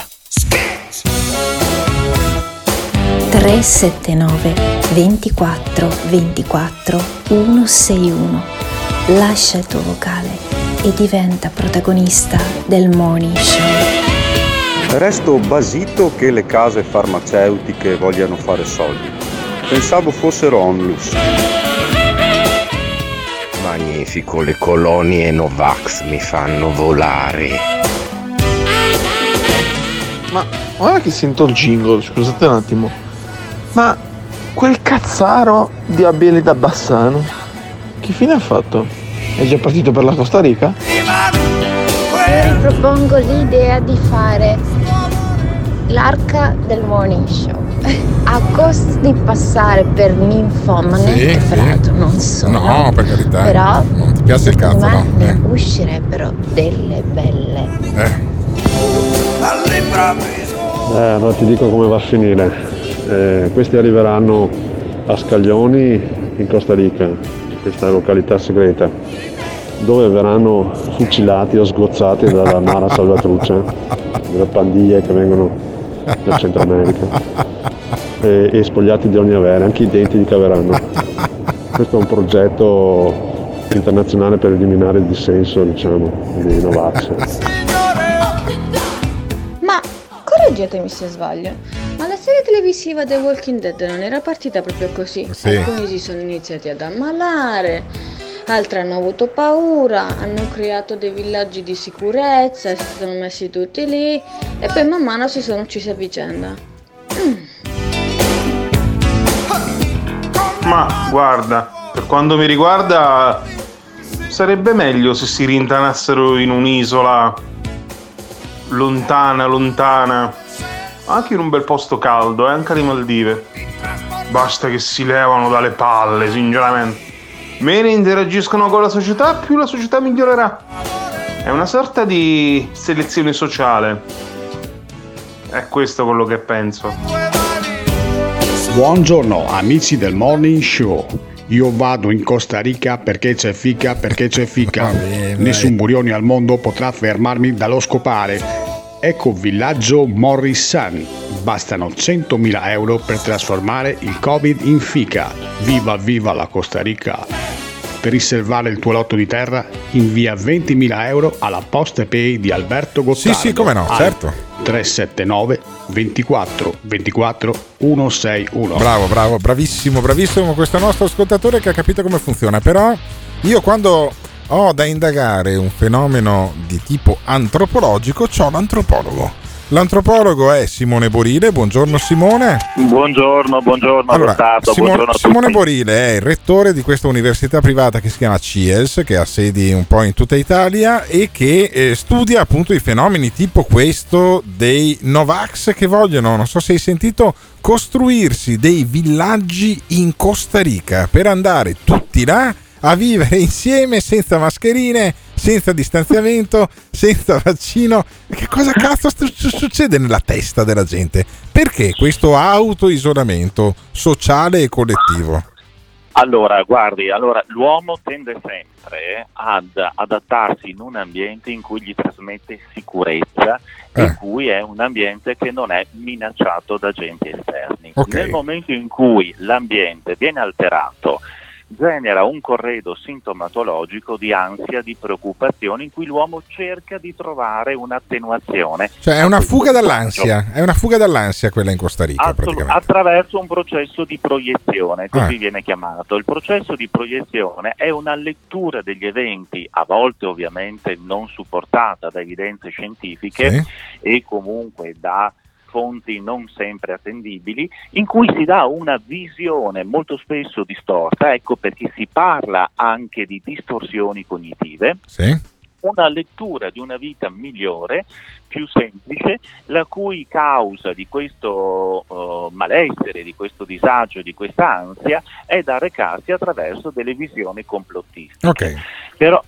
tre sette nove ventiquattro ventiquattro centosessantuno. Lascia il tuo vocale e diventa protagonista del Morning Show. Resto basito che le case farmaceutiche vogliano fare soldi. Pensavo fosse Romulus. Magnifico, le colonie Novax mi fanno volare. Ma ora che sento il jingle, scusate un attimo, ma quel cazzaro di Abele da Bassano, che fine ha fatto? È già partito per la Costa Rica? Vi propongo l'idea di fare l'arca del morning show a costo di passare per ninfomane, Sì, che sì. peraltro non sono, No, per carità. però Non ti piace il secondo cazzo, me no? ne uscirebbero delle belle. Eh. Eh, allora ti dico come va a finire. Eh, questi arriveranno a Scaglioni in Costa Rica, questa località segreta, dove verranno fucilati o sgozzati dalla Mara Salvatruce, delle pandiglie che vengono dal Centro America, e, e spogliati di ogni avere, anche i denti gli caveranno. Questo è un progetto internazionale per eliminare il dissenso, diciamo, di Novax. Ma correggetemi se sbaglio, ma la serie televisiva The Walking Dead non era partita proprio così? Sì. Alcuni si sono iniziati ad ammalare, altri hanno avuto paura, hanno creato dei villaggi di sicurezza, si sono messi tutti lì e poi man mano si sono uccisi a vicenda. Mm. Ma guarda, per quanto mi riguarda, sarebbe meglio se si rintanassero in un'isola lontana, lontana, anche in un bel posto caldo, eh, anche alle Maldive. Basta che si levano dalle palle, sinceramente. Meno interagiscono con la società, più la società migliorerà. È una sorta di selezione sociale. È questo quello che penso. Buongiorno amici del Morning Show. Io vado in Costa Rica perché c'è fica, perché c'è fica. Nessun burione al mondo potrà fermarmi dallo scopare. Ecco villaggio Morrisan. Bastano centomila euro per trasformare il Covid in fica. Viva viva la Costa Rica! Per riservare il tuo lotto di terra invia ventimila euro alla PostePay di Alberto Gottardo. Sì, sì, come no, al certo. tre sette nove ventiquattro ventiquattro centosessantuno. Bravo, bravo, bravissimo, bravissimo questo nostro ascoltatore che ha capito come funziona. Però io quando ho da indagare un fenomeno di tipo antropologico c'ho l'antropologo. L'antropologo è Simone Borile. Buongiorno Simone. Buongiorno, buongiorno allora, Stato, Simone, buongiorno a Simone tutti. Borile è il rettore di questa università privata che si chiama C I E L S, che ha sedi un po' in tutta Italia e che eh, studia appunto i fenomeni tipo questo dei Novax che vogliono, non so se hai sentito, costruirsi dei villaggi in Costa Rica per andare tutti là a vivere insieme senza mascherine, senza distanziamento, senza vaccino. Che cosa cazzo st- succede nella testa della gente? Perché questo autoisolamento sociale e collettivo? Allora, guardi, allora l'uomo tende sempre ad adattarsi in un ambiente in cui gli trasmette sicurezza eh. e in cui è un ambiente che non è minacciato da agenti esterni. Okay. Nel momento in cui l'ambiente viene alterato, genera un corredo sintomatologico di ansia, di preoccupazione, in cui l'uomo cerca di trovare un'attenuazione. Cioè è una fuga dall'ansia, è una fuga dall'ansia quella in Costa Rica. Assolut- praticamente. attraverso un processo di proiezione, così Ah. viene chiamato. Il processo di proiezione è una lettura degli eventi, a volte ovviamente non supportata da evidenze scientifiche Sì. e comunque da fonti non sempre attendibili, in cui si dà una visione molto spesso distorta, ecco perché si parla anche di distorsioni cognitive, Sì. una lettura di una vita migliore, più semplice, la cui causa di questo uh, malessere, di questo disagio, di questa ansia è da recarsi attraverso delle visioni complottistiche. Ok. Però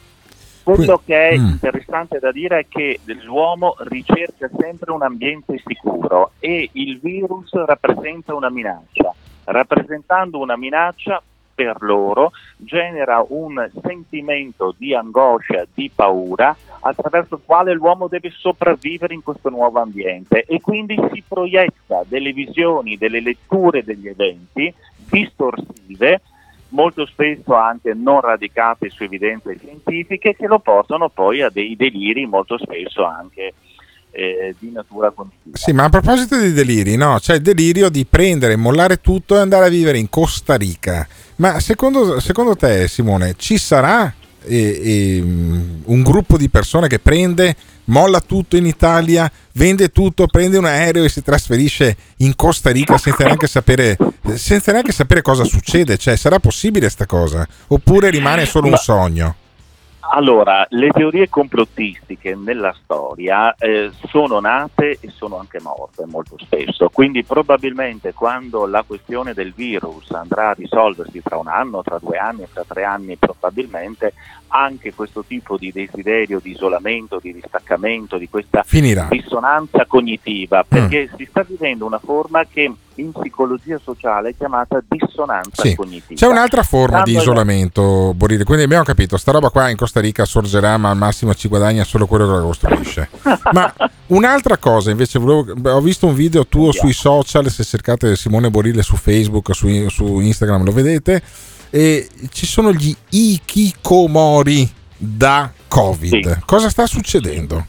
quello Qui- che è mm. interessante da dire è che l'uomo ricerca sempre un ambiente sicuro e il virus rappresenta una minaccia. Rappresentando una minaccia per loro genera un sentimento di angoscia, di paura, attraverso il quale l'uomo deve sopravvivere in questo nuovo ambiente e quindi si proietta delle visioni, delle letture degli eventi distorsive, molto spesso anche non radicate su evidenze scientifiche, che lo portano poi a dei deliri molto spesso anche eh, di natura cognitiva. Sì, ma a proposito di deliri, no? C'è il delirio di prendere, mollare tutto e andare a vivere in Costa Rica. Ma secondo, secondo te, Simone, ci sarà e, e, un gruppo di persone che prende, molla tutto in Italia, vende tutto, prende un aereo e si trasferisce in Costa Rica senza neanche sapere, senza neanche sapere cosa succede? Cioè, sarà possibile sta cosa? Oppure rimane solo un sogno? Allora, le teorie complottistiche nella storia eh, sono nate e sono anche morte molto spesso, quindi probabilmente quando la questione del virus andrà a risolversi tra un anno, tra due anni, tra tre anni, probabilmente anche questo tipo di desiderio di isolamento, di distaccamento, di questa finirà. Dissonanza cognitiva, perché mm. si sta vivendo una forma che in psicologia sociale è chiamata dissonanza sì. cognitiva. C'è un'altra forma Quando di isolamento, Borile, quindi abbiamo capito, sta roba qua in Costa Rica sorgerà, ma al massimo ci guadagna solo quello che la costruisce. Ma un'altra cosa invece, volevo, ho visto un video tuo yeah. sui social, se cercate Simone Borile su Facebook, su, su Instagram lo vedete, e ci sono gli hikikomori da Covid. Sì. Cosa sta succedendo?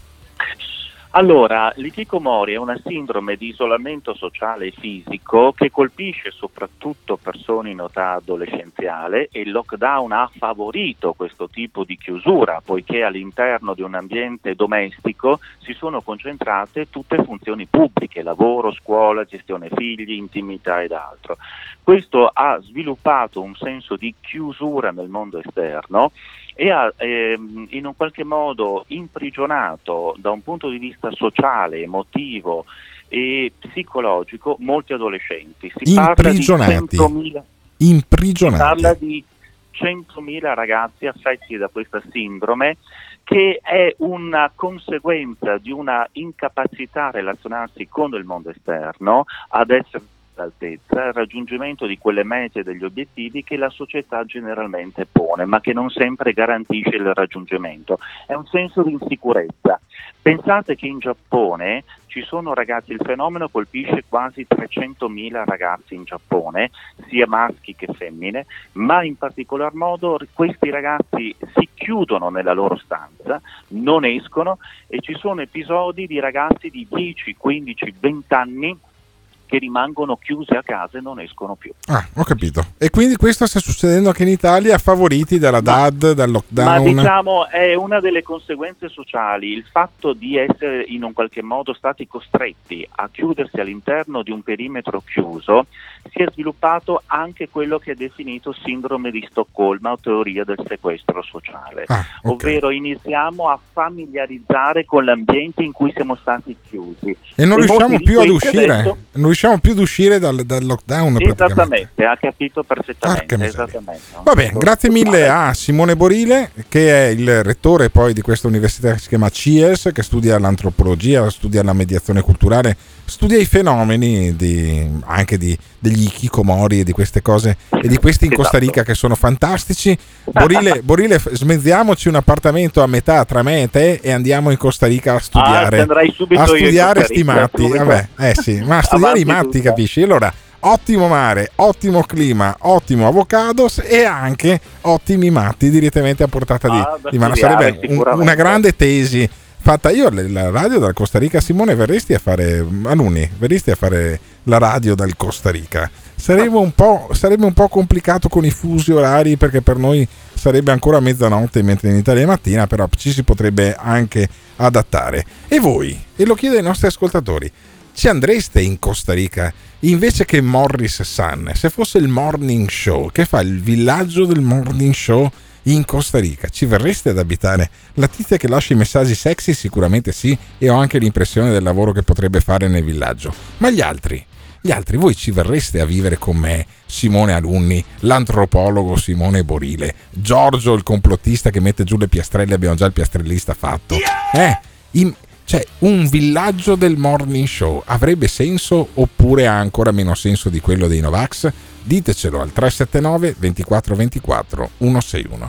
Allora, l'ikikomori è una sindrome di isolamento sociale e fisico che colpisce soprattutto persone in età adolescenziale, e il lockdown ha favorito questo tipo di chiusura, poiché all'interno di un ambiente domestico si sono concentrate tutte funzioni pubbliche, lavoro, scuola, gestione figli, intimità ed altro. Questo ha sviluppato un senso di chiusura nel mondo esterno e ha ehm, in un qualche modo imprigionato da un punto di vista sociale, emotivo e psicologico molti adolescenti. Si imprigionati. Parla di centomila, imprigionati. Si parla di centomila ragazzi affetti da questa sindrome, che è una conseguenza di una incapacità a relazionarsi con il mondo esterno, ad essere altezza, il raggiungimento di quelle mete e degli obiettivi che la società generalmente pone, ma che non sempre garantisce il raggiungimento. È un senso di insicurezza. Pensate che in Giappone ci sono ragazzi, il fenomeno colpisce quasi trecentomila ragazzi in Giappone, sia maschi che femmine, ma in particolar modo questi ragazzi si chiudono nella loro stanza, non escono, e ci sono episodi di ragazzi di dieci, quindici, venti anni che rimangono chiusi a casa e non escono più. Ah, ho capito. E quindi questo sta succedendo anche in Italia, favoriti dalla D A D, dal lockdown? Ma diciamo è una delle conseguenze sociali, il fatto di essere in un qualche modo stati costretti a chiudersi all'interno di un perimetro chiuso. Si è sviluppato anche quello che è definito sindrome di Stoccolma o teoria del sequestro sociale, ah, okay. ovvero iniziamo a familiarizzare con l'ambiente in cui siamo stati chiusi. E non e riusciamo più ad uscire, adesso... non riusciamo più ad uscire dal, dal lockdown. Esattamente, ha capito perfettamente. Esattamente. Va bene, grazie mille a Simone Borile, che è il rettore poi di questa università che si chiama C I E S, che studia l'antropologia, studia la mediazione culturale, studia i fenomeni di, anche di, degli hikikomori e di queste cose e di questi in Costa Rica che sono fantastici. Borile, Borile, smezziamoci un appartamento a metà tra me e te e andiamo in Costa Rica a studiare, ah, a studiare sti matti. Vabbè, eh sì, ma a studiare i matti, tutto. Capisci? Allora, ottimo mare, ottimo clima, ottimo avocados e anche ottimi matti direttamente a portata di, ah, di mano. Sarebbe un, una grande tesi fatta. Io la radio dal Costa Rica, Simone, verresti a fare alunni, verresti a fare la radio dal Costa Rica. Sarebbe un po', sarebbe un po' complicato con i fusi orari, perché per noi sarebbe ancora mezzanotte mentre in Italia è mattina, però ci si potrebbe anche adattare. E voi, e lo chiedo ai nostri ascoltatori, ci andreste in Costa Rica invece che Morris Sun, se fosse il morning show che fa il villaggio del morning show in Costa Rica, ci verreste ad abitare? La tizia che lascia i messaggi sexy sicuramente sì, e ho anche l'impressione del lavoro che potrebbe fare nel villaggio. Ma gli altri? Gli altri, voi ci verreste a vivere con me, Simone Alunni, l'antropologo Simone Borile, Giorgio il complottista che mette giù le piastrelle, abbiamo già il piastrellista fatto. Eh, in, cioè, un villaggio del morning show avrebbe senso oppure ha ancora meno senso di quello dei Novax? Ditecelo al tre sette nove ventiquattro ventiquattro centosessantuno.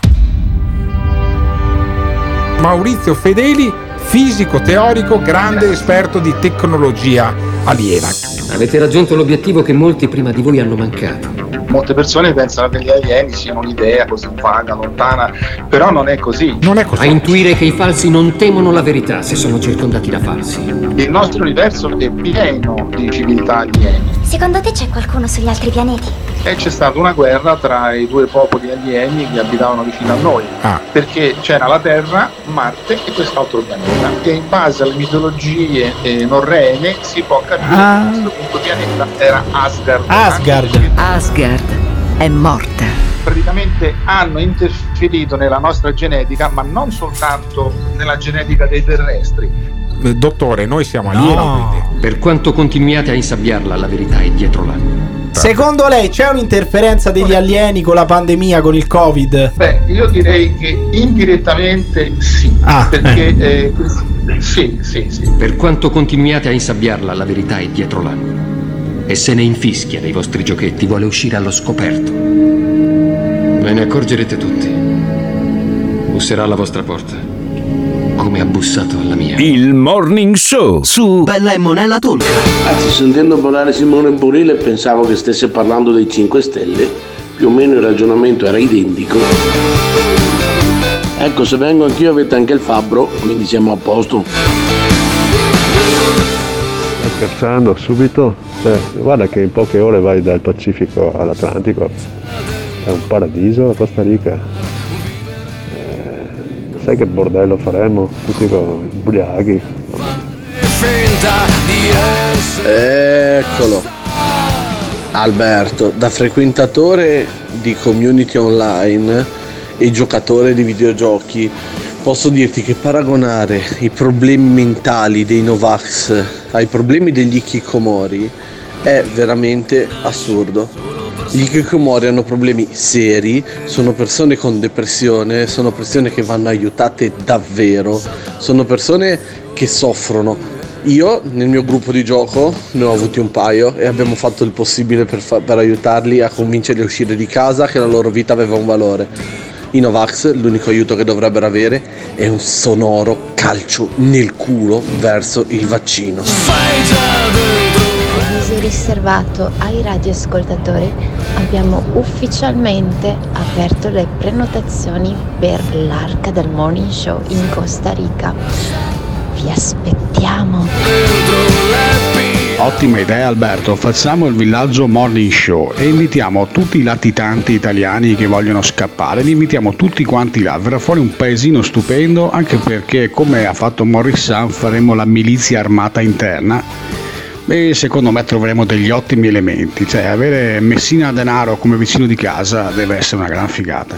Maurizio Fedeli, fisico teorico, grande esperto di tecnologia aliena. Avete raggiunto l'obiettivo che molti prima di voi hanno mancato. molte persone pensano che gli alieni siano un'idea così vaga, lontana, però non è così. Non è così. A intuire che i falsi non temono la verità se sono circondati da falsi. Il nostro universo è pieno di civiltà alieni. Secondo te c'è qualcuno sugli altri pianeti? E c'è stata una guerra tra i due popoli alieni che abitavano vicino a noi, ah. perché c'era la Terra, Marte e quest'altro pianeta, e in base alle mitologie eh, norrene si può capire ah. che questo pianeta era Asgard. Asgard. Asgard è morta. Praticamente hanno interferito nella nostra genetica, ma non soltanto nella genetica dei terrestri. Dottore, noi siamo alieni, no. quindi. Per quanto continuiate a insabbiarla, la verità è dietro l'angolo. Secondo lei c'è un'interferenza degli alieni con la pandemia, con il Covid? Beh, io direi che indirettamente sì, ah, perché eh. Eh, sì, sì, sì. Per quanto continuiate a insabbiarla, la verità è dietro l'angolo. E se ne infischia dei vostri giochetti, vuole uscire allo scoperto. Ve ne accorgerete tutti. Busserà alla vostra porta, come ha bussato alla mia. Il Morning Show su Bella e Monella Talk. Anzi, sentendo parlare Simone Burile pensavo che stesse parlando dei cinque Stelle. Più o meno il ragionamento era identico. Ecco, se vengo anch'io avete anche il fabbro, quindi siamo a posto. Stai scherzando subito? Cioè, guarda che in poche ore vai dal Pacifico all'Atlantico. È un paradiso la Costa Rica. Sai che bordello faremmo? Tutti con ubriachi. Eccolo. Alberto, da frequentatore di community online e giocatore di videogiochi, posso dirti che paragonare i problemi mentali dei Novax ai problemi degli Hikikomori è veramente assurdo. Gli Hikikomori hanno problemi seri, sono persone con depressione, sono persone che vanno aiutate davvero, sono persone che soffrono. Io nel mio gruppo di gioco ne ho avuti un paio e abbiamo fatto il possibile per, fa- per aiutarli a convincerli a uscire di casa, che la loro vita aveva un valore. I Novax l'unico aiuto che dovrebbero avere è un sonoro calcio nel culo verso il vaccino. Riservato ai radioascoltatori, abbiamo ufficialmente aperto le prenotazioni per l'Arca del Morning Show in Costa Rica. Vi aspettiamo. Ottima idea Alberto, facciamo il villaggio Morning Show e invitiamo tutti i latitanti italiani che vogliono scappare, li invitiamo tutti quanti là, verrà fuori un paesino stupendo, anche perché come ha fatto Morrissan faremo la milizia armata interna. E secondo me troveremo degli ottimi elementi, cioè avere Messina Denaro come vicino di casa deve essere una gran figata.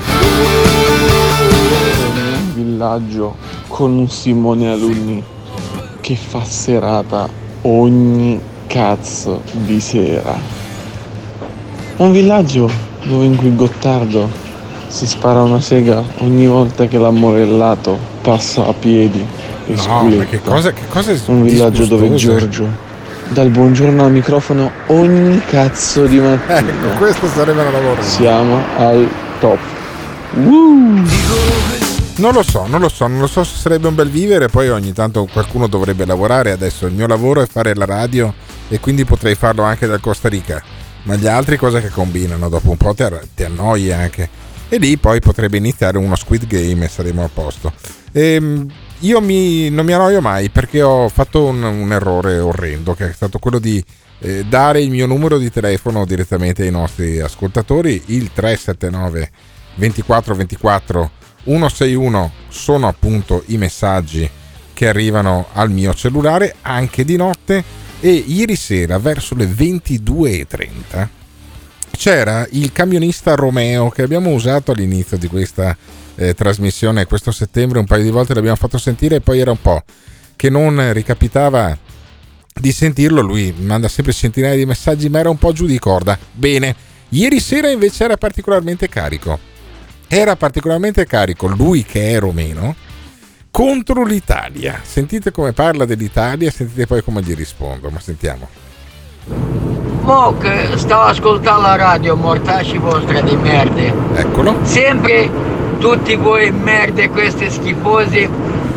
Un villaggio con un Simone Alunni che fa serata ogni cazzo di sera. Un villaggio dove in cui Gottardo si spara una sega ogni volta che l'ammorellato passa a piedi e no, sculetta. Ma che cosa, che cosa è un villaggio dove Giorgio dal buongiorno al microfono ogni cazzo di mattina. Ecco, questo sarebbe una lavoro. Siamo al top. Woo! Non lo so, non lo so, non lo so se sarebbe un bel vivere, poi ogni tanto qualcuno dovrebbe lavorare, adesso il mio lavoro è fare la radio e quindi potrei farlo anche dal Costa Rica, ma gli altri cosa che combinano? Dopo un po' ti, ti annoi anche, e lì poi potrebbe iniziare uno Squid Game e saremo a posto. Ehm... Io mi, non mi annoio mai perché ho fatto un, un errore orrendo, che è stato quello di eh, dare il mio numero di telefono direttamente ai nostri ascoltatori, il tre sette nove ventiquattro ventiquattro centosessantuno sono appunto i messaggi che arrivano al mio cellulare anche di notte, e ieri sera verso le ventidue e trenta c'era il camionista Romeo che abbiamo usato all'inizio di questa Eh, trasmissione questo settembre, un paio di volte l'abbiamo fatto sentire e poi era un po' che non ricapitava di sentirlo. Lui manda sempre centinaia di messaggi ma era un po' giù di corda. Bene, ieri sera invece era particolarmente carico era particolarmente carico lui, che è romeno, contro l'Italia. Sentite come parla dell'Italia, sentite poi come gli rispondo, ma sentiamo. Mo che stavo ascoltando la radio, mortacci vostra di merde. Eccolo. Sempre tutti voi merde, questi schifosi,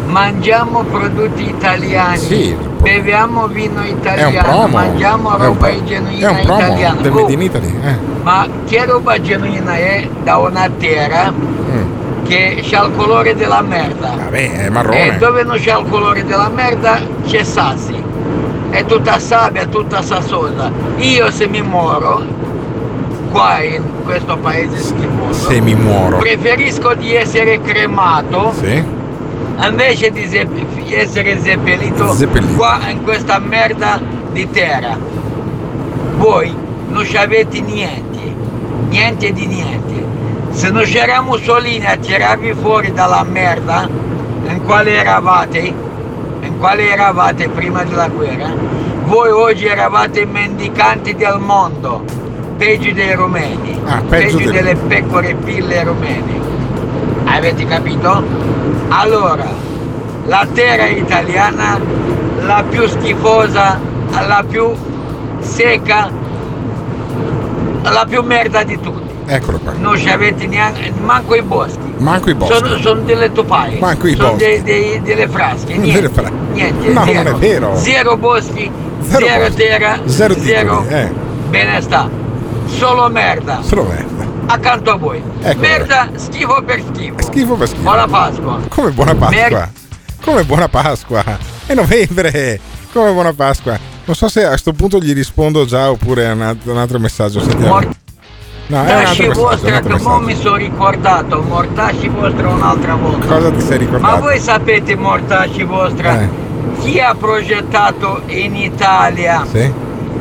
mangiamo prodotti italiani, sì, beviamo vino italiano, è un promo, mangiamo roba genuina è un promo italiana. del Made in Italy, eh. Ma che roba genuina è da una terra mm. che c'ha il colore della merda? Vabbè, è marrone. E dove non c'è il colore della merda c'è sassi. È tutta sabbia, tutta sassosa. Io se mi muoro qua in questo paese schifoso, se mi muoro, preferisco di essere cremato, sì, invece di zepp- essere seppellito Zeppellito. qua in questa merda di terra. Voi non avete niente, niente di niente. Se non c'era Mussolini a tirarvi fuori dalla merda in quale eravate, in quale eravate prima della guerra, voi oggi eravate mendicanti del mondo, peggio dei romeni, ah, peggio, peggio del... delle pecore pille romene. Avete capito? Allora, la terra italiana, la più schifosa, la più secca, la più merda di tutti. Eccolo qua. Non ci avete neanche, manco i boschi. Manco i boschi. Sono, sono delle topaie. Manco i sono boschi. Dei, dei, delle frasche. Niente. Delle fra... niente no, zero. non è vero. Zero boschi, zero, zero boschi. terra, zero, zero eh. benestà. Solo merda. Solo merda. Accanto a voi. Ecco merda, schifo per schifo. Schifo per schifo. Buona Pasqua. Come buona Pasqua? Mer- Come buona Pasqua. È novembre. Come buona Pasqua. Non so se a questo punto gli rispondo già oppure è un altro, un altro messaggio. Sentiamo. Mor- No, è Mortacci vostra che mo mi sono ricordato, Mortacci vostra un'altra volta. Cosa ti sei ricordato? Ma voi sapete, Mortacci vostra, eh. chi ha progettato in Italia sì?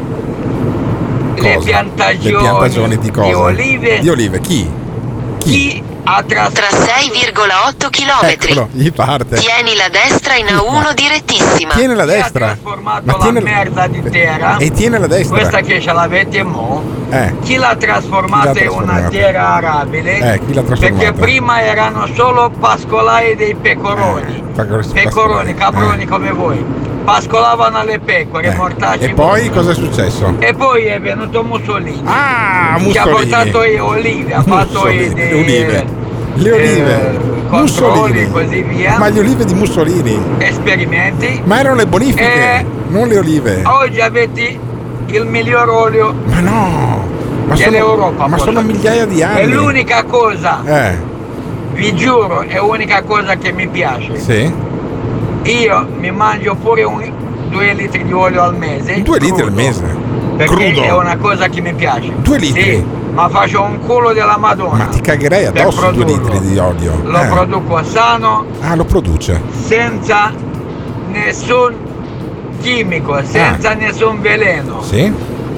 le piantagioni, le piantagioni di, di olive? Di olive, chi? Chi? chi ha tras- Tra sei virgola otto chilometri. Eccolo, gli parte. Tieni la destra in A uno direttissima. Tiene la destra. Chi ha trasformato Ma tiene... la merda di terra? E tiene la destra. Questa che ce l'avete mo? Eh. Chi l'ha trasformata in una terra arabile? Eh, chi l'ha trasformata? Perché prima erano solo pascolai dei pecoroni. Eh, pecoroni, caproni eh. come voi. Pascolavano le pecore, eh. mortacci. E poi cosa è successo? E poi è venuto Mussolini. Ah, Mussolini. Che ha portato le olive, ha fatto i dei, olive. Le olive. Eh, controlli e così via. Ma le olive di Mussolini. Esperimenti. Ma erano le bonifiche, e non le olive. Oggi avete il miglior olio. Ma no. Ma dell'Europa. Sono, ma sono migliaia di anni. È l'unica cosa. Eh. Vi giuro, è l'unica cosa che mi piace. Sì. Io mi mangio pure un, due litri di olio al mese. Due litri al mese? Perché crudo. È una cosa che mi piace. Due litri? Sì, ma faccio un culo della Madonna. Ma ti cagherei addosso due litri di olio. Lo eh. produco sano. Ah, lo produce. Senza nessun chimico, senza ah. nessun veleno. Sì.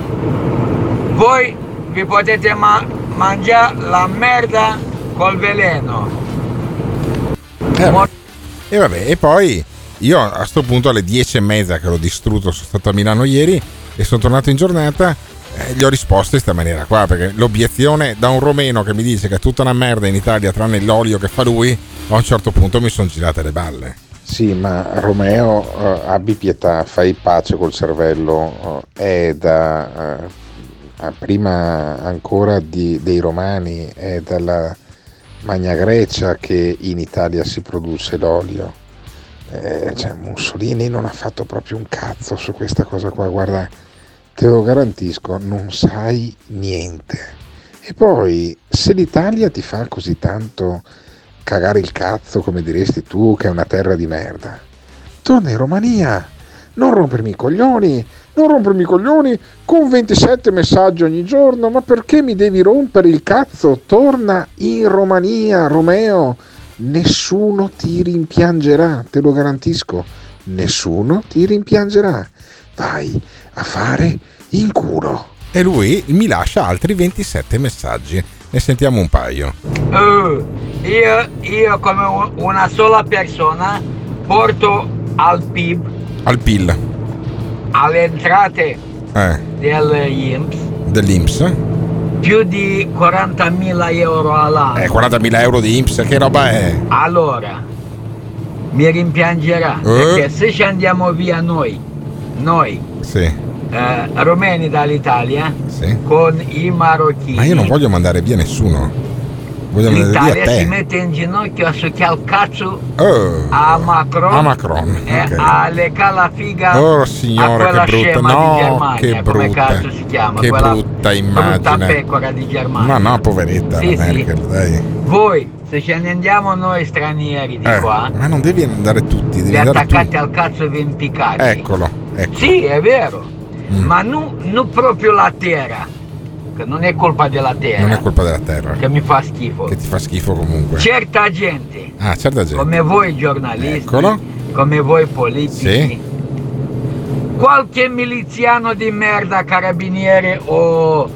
Voi vi potete ma- mangiare la merda col veleno. Eh, Mo- e vabbè, e poi io a sto punto alle dieci e mezza che l'ho distrutto, sono stato a Milano ieri e sono tornato in giornata, eh, gli ho risposto in questa maniera qua, perché l'obiezione da un romeno che mi dice che è tutta una merda in Italia tranne l'olio che fa lui, a un certo punto mi sono girate le balle. Sì, ma Romeo, uh, abbi pietà, fai pace col cervello, uh, è da uh, prima ancora di, dei Romani, è dalla Magna Grecia che in Italia si produce l'olio. Eh, cioè, Mussolini non ha fatto proprio un cazzo su questa cosa qua, guarda, te lo garantisco, non sai niente. E poi, se l'Italia ti fa così tanto cagare il cazzo, come diresti tu, che è una terra di merda, torna in Romania, non rompermi i coglioni, non rompermi i coglioni con ventisette messaggi ogni giorno, ma perché mi devi rompere il cazzo? Torna in Romania, Romeo, nessuno ti rimpiangerà, te lo garantisco, nessuno ti rimpiangerà, vai a fare in culo. E lui mi lascia altri ventisette messaggi, ne sentiamo un paio. Uh, io, io come una sola persona porto al P I B, al P I L, alle entrate eh. dell'I N P S, dell'I N P S, più di quarantamila euro all'anno. Eh, quarantamila euro di I N P S, che roba è? Allora, mi rimpiangerà, eh. perché se ci andiamo via noi, noi, sì. eh, romeni dall'Italia, sì. con i marocchini. Ma io non voglio mandare via nessuno. Vogliamo l'Italia dire a te. si mette in ginocchio a succhiare il cazzo Oh, a Macron, a Macron, e ok. a lecare la figa Oh a signore, quella che brutta, scema no, di Germania, che come brutta, cazzo si chiama, che quella brutta brutta immagine. pecora di Germania. Ma no, poveretta Sì, la sì. Merkel, dai. Voi, se ce ne andiamo noi stranieri di Eh, qua, ma non devi andare tutti, devi vi andare tu. attaccate al cazzo e vi impiccate. Eccolo, ecco. Sì, è vero, Mm. ma non non proprio la terra, che non è colpa della terra, Non è colpa della terra, che mi fa schifo. che ti fa schifo comunque. Certa gente, Ah, certa gente. come voi giornalisti, Eccolo. come voi politici, Sì. qualche miliziano di merda, carabiniere o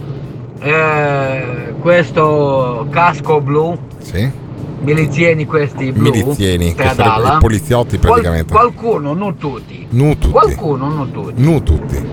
eh, questo casco blu, Sì. milizieni questi blu, Milizieni, che stradala, sarebbero i poliziotti qual- praticamente. qualcuno, non tutti, Nu tutti. qualcuno, non tutti, Nu tutti.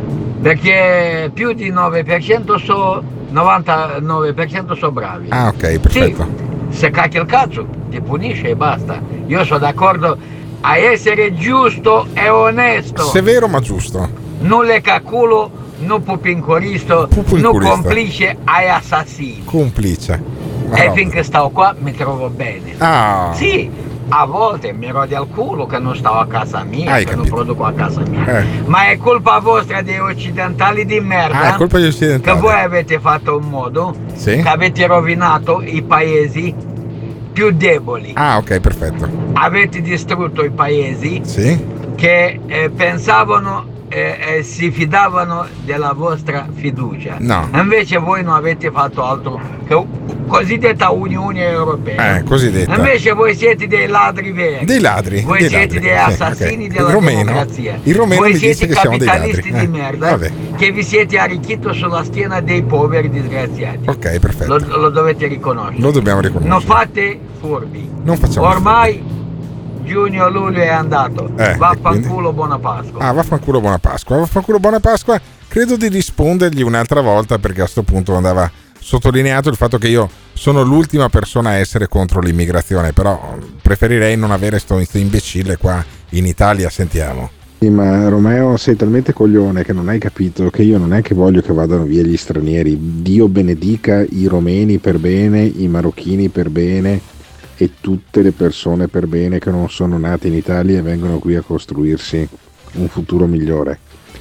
perché più di nove per cento so, novantanove per cento sono bravi. Ah, ok, perfetto. Sì, se cacchia il cazzo ti punisce e basta. Io sono d'accordo a essere giusto e onesto. Severo ma giusto. Non le caculo, non pupincoristo, non Pupincoristo. complice ai assassini. Complice. Ma E no. finché stavo qua mi trovo bene. Ah. Sì, a volte mi rodi al culo che non stavo a casa mia, Hai che non capito. produco a casa mia. Eh. Ma è colpa vostra dei occidentali di merda. Ah, è colpa degli Che occidentali. voi avete fatto un modo, Sì. che avete rovinato i paesi più deboli. Ah, ok, perfetto. Avete distrutto i paesi Sì. che eh, pensavano e eh, si fidavano della vostra fiducia. No. Invece voi non avete fatto altro che cosiddetta Unione Europea. Eh, cosiddetta. Invece voi siete dei ladri veri. Dei ladri. Voi dei siete ladri. dei Sì, assassini ok. della il romeno, democrazia. Il romeno voi mi siete dice che siamo dei ladri. capitalisti di Eh, merda vabbè. che vi siete arricchiti sulla schiena dei poveri disgraziati. Ok, perfetto. Lo, lo dovete riconoscere. Lo dobbiamo riconoscere. Non fate furbi. Non facciamo Ormai giugno luglio è andato. Eh, Vaffanculo, buona Pasqua. Ah, vaffanculo buona Pasqua. Vaffanculo buona Pasqua. Credo di rispondergli un'altra volta perché a sto punto andava sottolineato il fatto che io sono l'ultima persona a essere contro l'immigrazione, però preferirei non avere sto sto imbecille qua in Italia. Sentiamo. Sì, ma Romeo, sei talmente coglione che non hai capito che io non è che voglio che vadano via gli stranieri. Dio benedica i romeni per bene, i marocchini per bene e tutte le persone per bene che non sono nate in Italia e vengono qui a costruirsi un futuro migliore.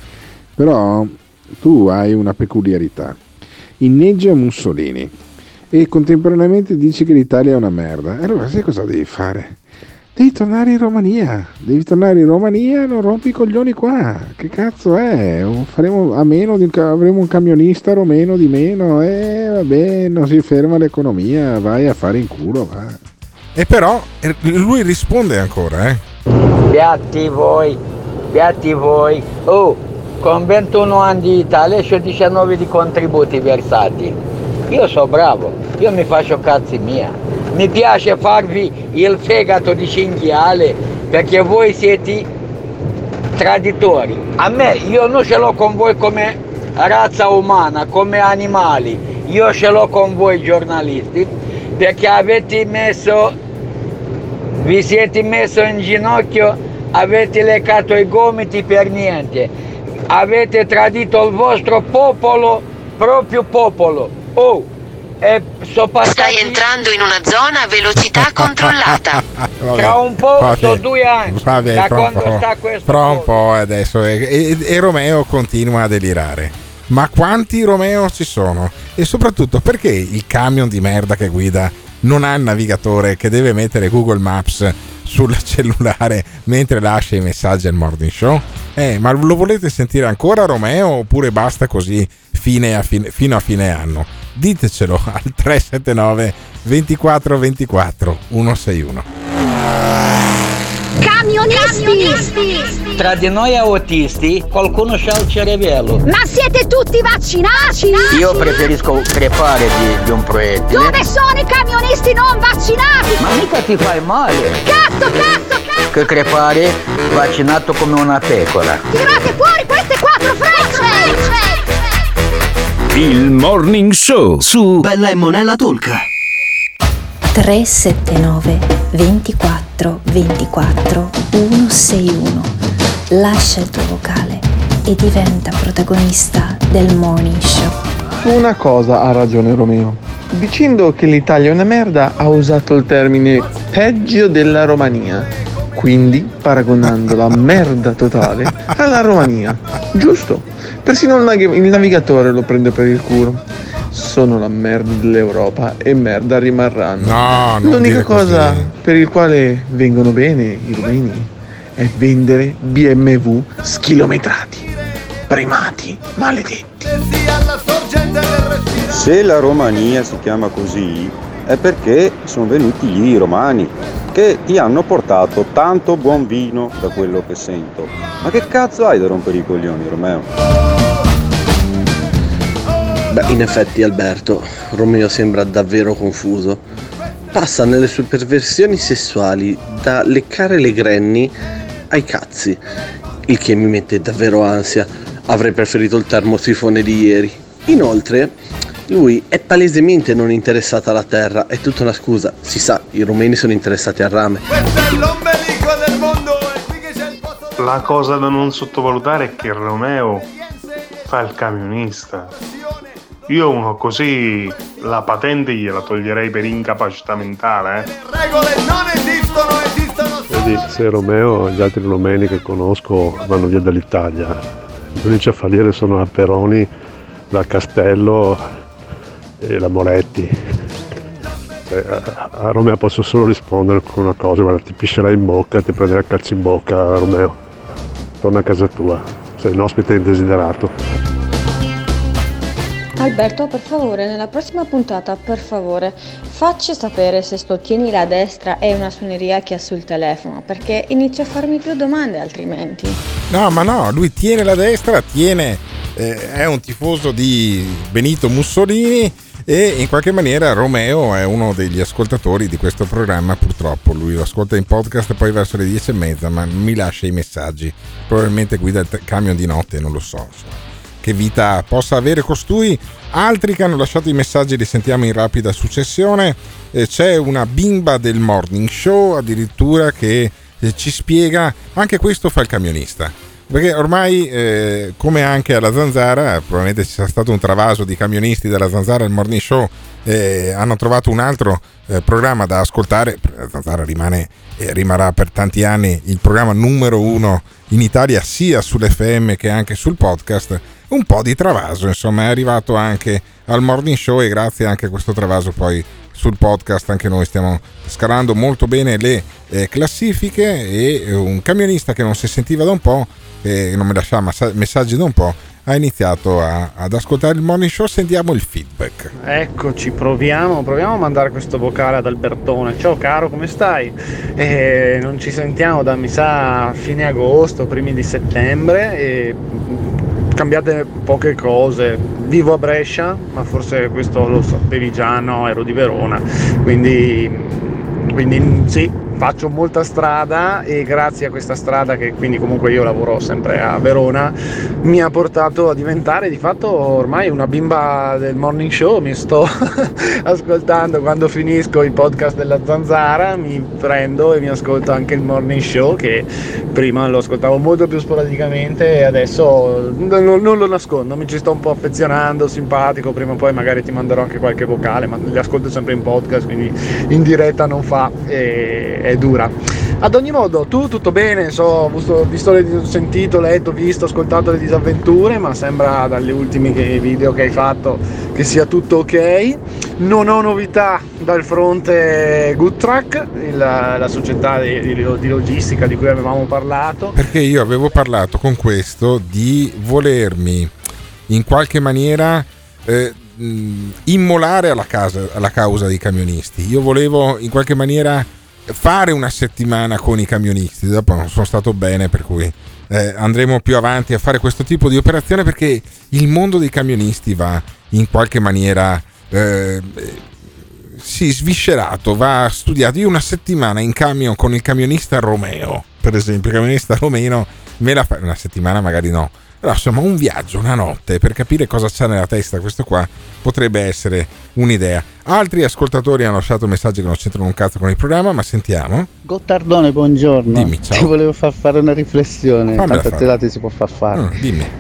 Però tu hai una peculiarità. Inneggi a Mussolini e contemporaneamente dici che l'Italia è una merda. Allora sai cosa devi fare? Devi tornare in Romania, devi tornare in Romania e non rompi i coglioni qua. Che cazzo è? Faremo a meno di un, avremo un camionista romeno di meno e vabbè, non si ferma l'economia, vai a fare in culo, va. E però eh, lui risponde ancora, eh. Beati voi, beati voi. Oh, con ventuno anni di Italia c'ho diciannove di contributi versati. Io so bravo, io mi faccio cazzi mia. Mi piace farvi il fegato di cinghiale perché voi siete traditori. A me, io non ce l'ho con voi come razza umana, come animali. Io ce l'ho con voi giornalisti perché avete messo, vi siete messo in ginocchio, avete leccato i gomiti per niente. Avete tradito il vostro popolo, proprio popolo. Oh! E so passati... Stai entrando in una zona a velocità controllata. Tra un po' Vabbè, sono due anni vabbè, da fra un quando po', sta questo fra un posto. po' adesso e, e- e Romeo continua a delirare. Ma quanti Romeo ci sono? E soprattutto perché il camion di merda che guida non ha il navigatore che deve mettere Google Maps sul cellulare mentre lascia i messaggi al Morning Show? Eh, ma lo volete sentire ancora Romeo oppure basta così fine a fine, fino a fine anno? Ditecelo al tre sette nove ventiquattro ventiquattro centosessantuno. Camionisti! Tra di noi autisti qualcuno c'ha il cervello. Ma siete tutti vaccinati? Io preferisco crepare di, di un proiettile. Dove sono i camionisti non vaccinati? Ma mica ti fai male. Cazzo, cazzo, cazzo! Che crepare vaccinato come una pecora. Tirate fuori queste quattro frecce! Il Morning Show su Bella e Monella Talk. tre sette nove ventiquattro ventiquattro centosessantuno. Lascia il tuo vocale e diventa protagonista del Morning Show. Una cosa ha ragione Romeo. dicendo che l'Italia è una merda ha usato il termine peggio della Romania, quindi paragonando la merda totale alla Romania, giusto? Persino il, nag- il navigatore lo prende per il culo. Sono la merda dell'Europa e merda rimarranno. No, non L'unica dire cosa così. per il quale vengono bene i rumeni è vendere B M W schilometrati, primati, maledetti. Se la Romania si chiama così è perché sono venuti lì i romani che ti hanno portato tanto buon vino, da quello che sento. Ma che cazzo hai da rompere i coglioni, Romeo? Beh, in effetti Alberto, Romeo sembra davvero confuso. Passa nelle sue perversioni sessuali da leccare le granny ai cazzi, il che mi mette davvero ansia. Avrei preferito il termosifone di ieri. Inoltre, lui è palesemente non interessato alla terra, è tutta una scusa. Si sa, i rumeni sono interessati al rame. La cosa da non sottovalutare è che Romeo fa il camionista. Io uno così la patente gliela toglierei per incapacità mentale, eh. Regole non esistono, esistono solo. Vedi, se Romeo e gli altri romeni che conosco vanno via dall'Italia, gli unici a fallire sono Aperoni, la Castello e la Moretti. Eh, a, a Romeo posso solo rispondere con una cosa: guarda, ti piscerai in bocca, ti prenderai a calci in bocca. Romeo, torna a casa tua, sei un ospite indesiderato. Alberto, per favore, nella prossima puntata, per favore, facci sapere se sto tieni la destra è una suoneria che ha sul telefono, perché inizio a farmi più domande altrimenti. No, ma no, lui tiene la destra, tiene, eh, è un tifoso di Benito Mussolini e in qualche maniera Romeo è uno degli ascoltatori di questo programma. Purtroppo lui lo ascolta in podcast poi verso le dieci e mezza, ma non mi lascia i messaggi, probabilmente guida il camion di notte, non lo so, insomma. Che vita possa avere costui. Altri che hanno lasciato i messaggi li sentiamo in rapida successione. Eh, c'è una bimba del morning show addirittura che eh, ci spiega, anche questo fa il camionista, perché ormai eh, come anche alla Zanzara, probabilmente ci sarà stato un travaso di camionisti dalla Zanzara al morning show, eh, hanno trovato un altro eh, programma da ascoltare. La Zanzara rimane eh, rimarrà per tanti anni il programma numero uno in Italia, sia sull'F M che anche sul podcast. Un po' di travaso, insomma, è arrivato anche al morning show e grazie anche a questo travaso poi sul podcast anche noi stiamo scalando molto bene le eh, classifiche. E un camionista che non si sentiva da un po', e eh, non mi lasciava messaggi da un po', ha iniziato a, ad ascoltare il morning show. Sentiamo il feedback. Eccoci, proviamo, proviamo a mandare questo vocale ad Albertone. Ciao caro, come stai? Eh, non ci sentiamo da mi sa fine agosto, primi di settembre e cambiate poche cose. Vivo a Brescia, ma forse questo lo sapevi già, no, ero di Verona, quindi, quindi sì, faccio molta strada e grazie a questa strada, che quindi comunque io lavoro sempre a Verona, mi ha portato a diventare di fatto ormai una bimba del morning show. Mi sto ascoltando quando finisco i podcast della Zanzara, mi prendo e mi ascolto anche il morning show, che prima lo ascoltavo molto più sporadicamente e adesso non, non lo nascondo, mi ci sto un po' affezionando, simpatico. Prima o poi magari ti manderò anche qualche vocale, ma li ascolto sempre in podcast, quindi in diretta non fa, e è dura. Ad ogni modo, tu tutto bene? So, visto, visto le, sentito, letto, visto, ascoltato le disavventure, ma sembra dagli ultimi video che hai fatto che sia tutto ok. Non ho novità dal fronte Good Track, il, la società di, di, di logistica di cui avevamo parlato. Perché io avevo parlato con questo di volermi in qualche maniera eh, immolare alla, casa, alla causa dei camionisti. Io volevo in qualche maniera fare una settimana con i camionisti, dopo non sono stato bene, per cui eh, andremo più avanti a fare questo tipo di operazione, perché il mondo dei camionisti va in qualche maniera eh, sì, sviscerato, va studiato. Io una settimana in camion con il camionista Romeo, per esempio, il camionista romeno, me la fa una settimana, magari no, però insomma un viaggio, una notte, per capire cosa c'ha nella testa questo qua potrebbe essere un'idea. Altri ascoltatori hanno lasciato messaggi che non c'entrano un cazzo con il programma, ma sentiamo. Gottardone, buongiorno. Dimmi, ciao. Ti volevo far fare una riflessione, Fammela tante fare. date si può far fare. Mm, dimmi.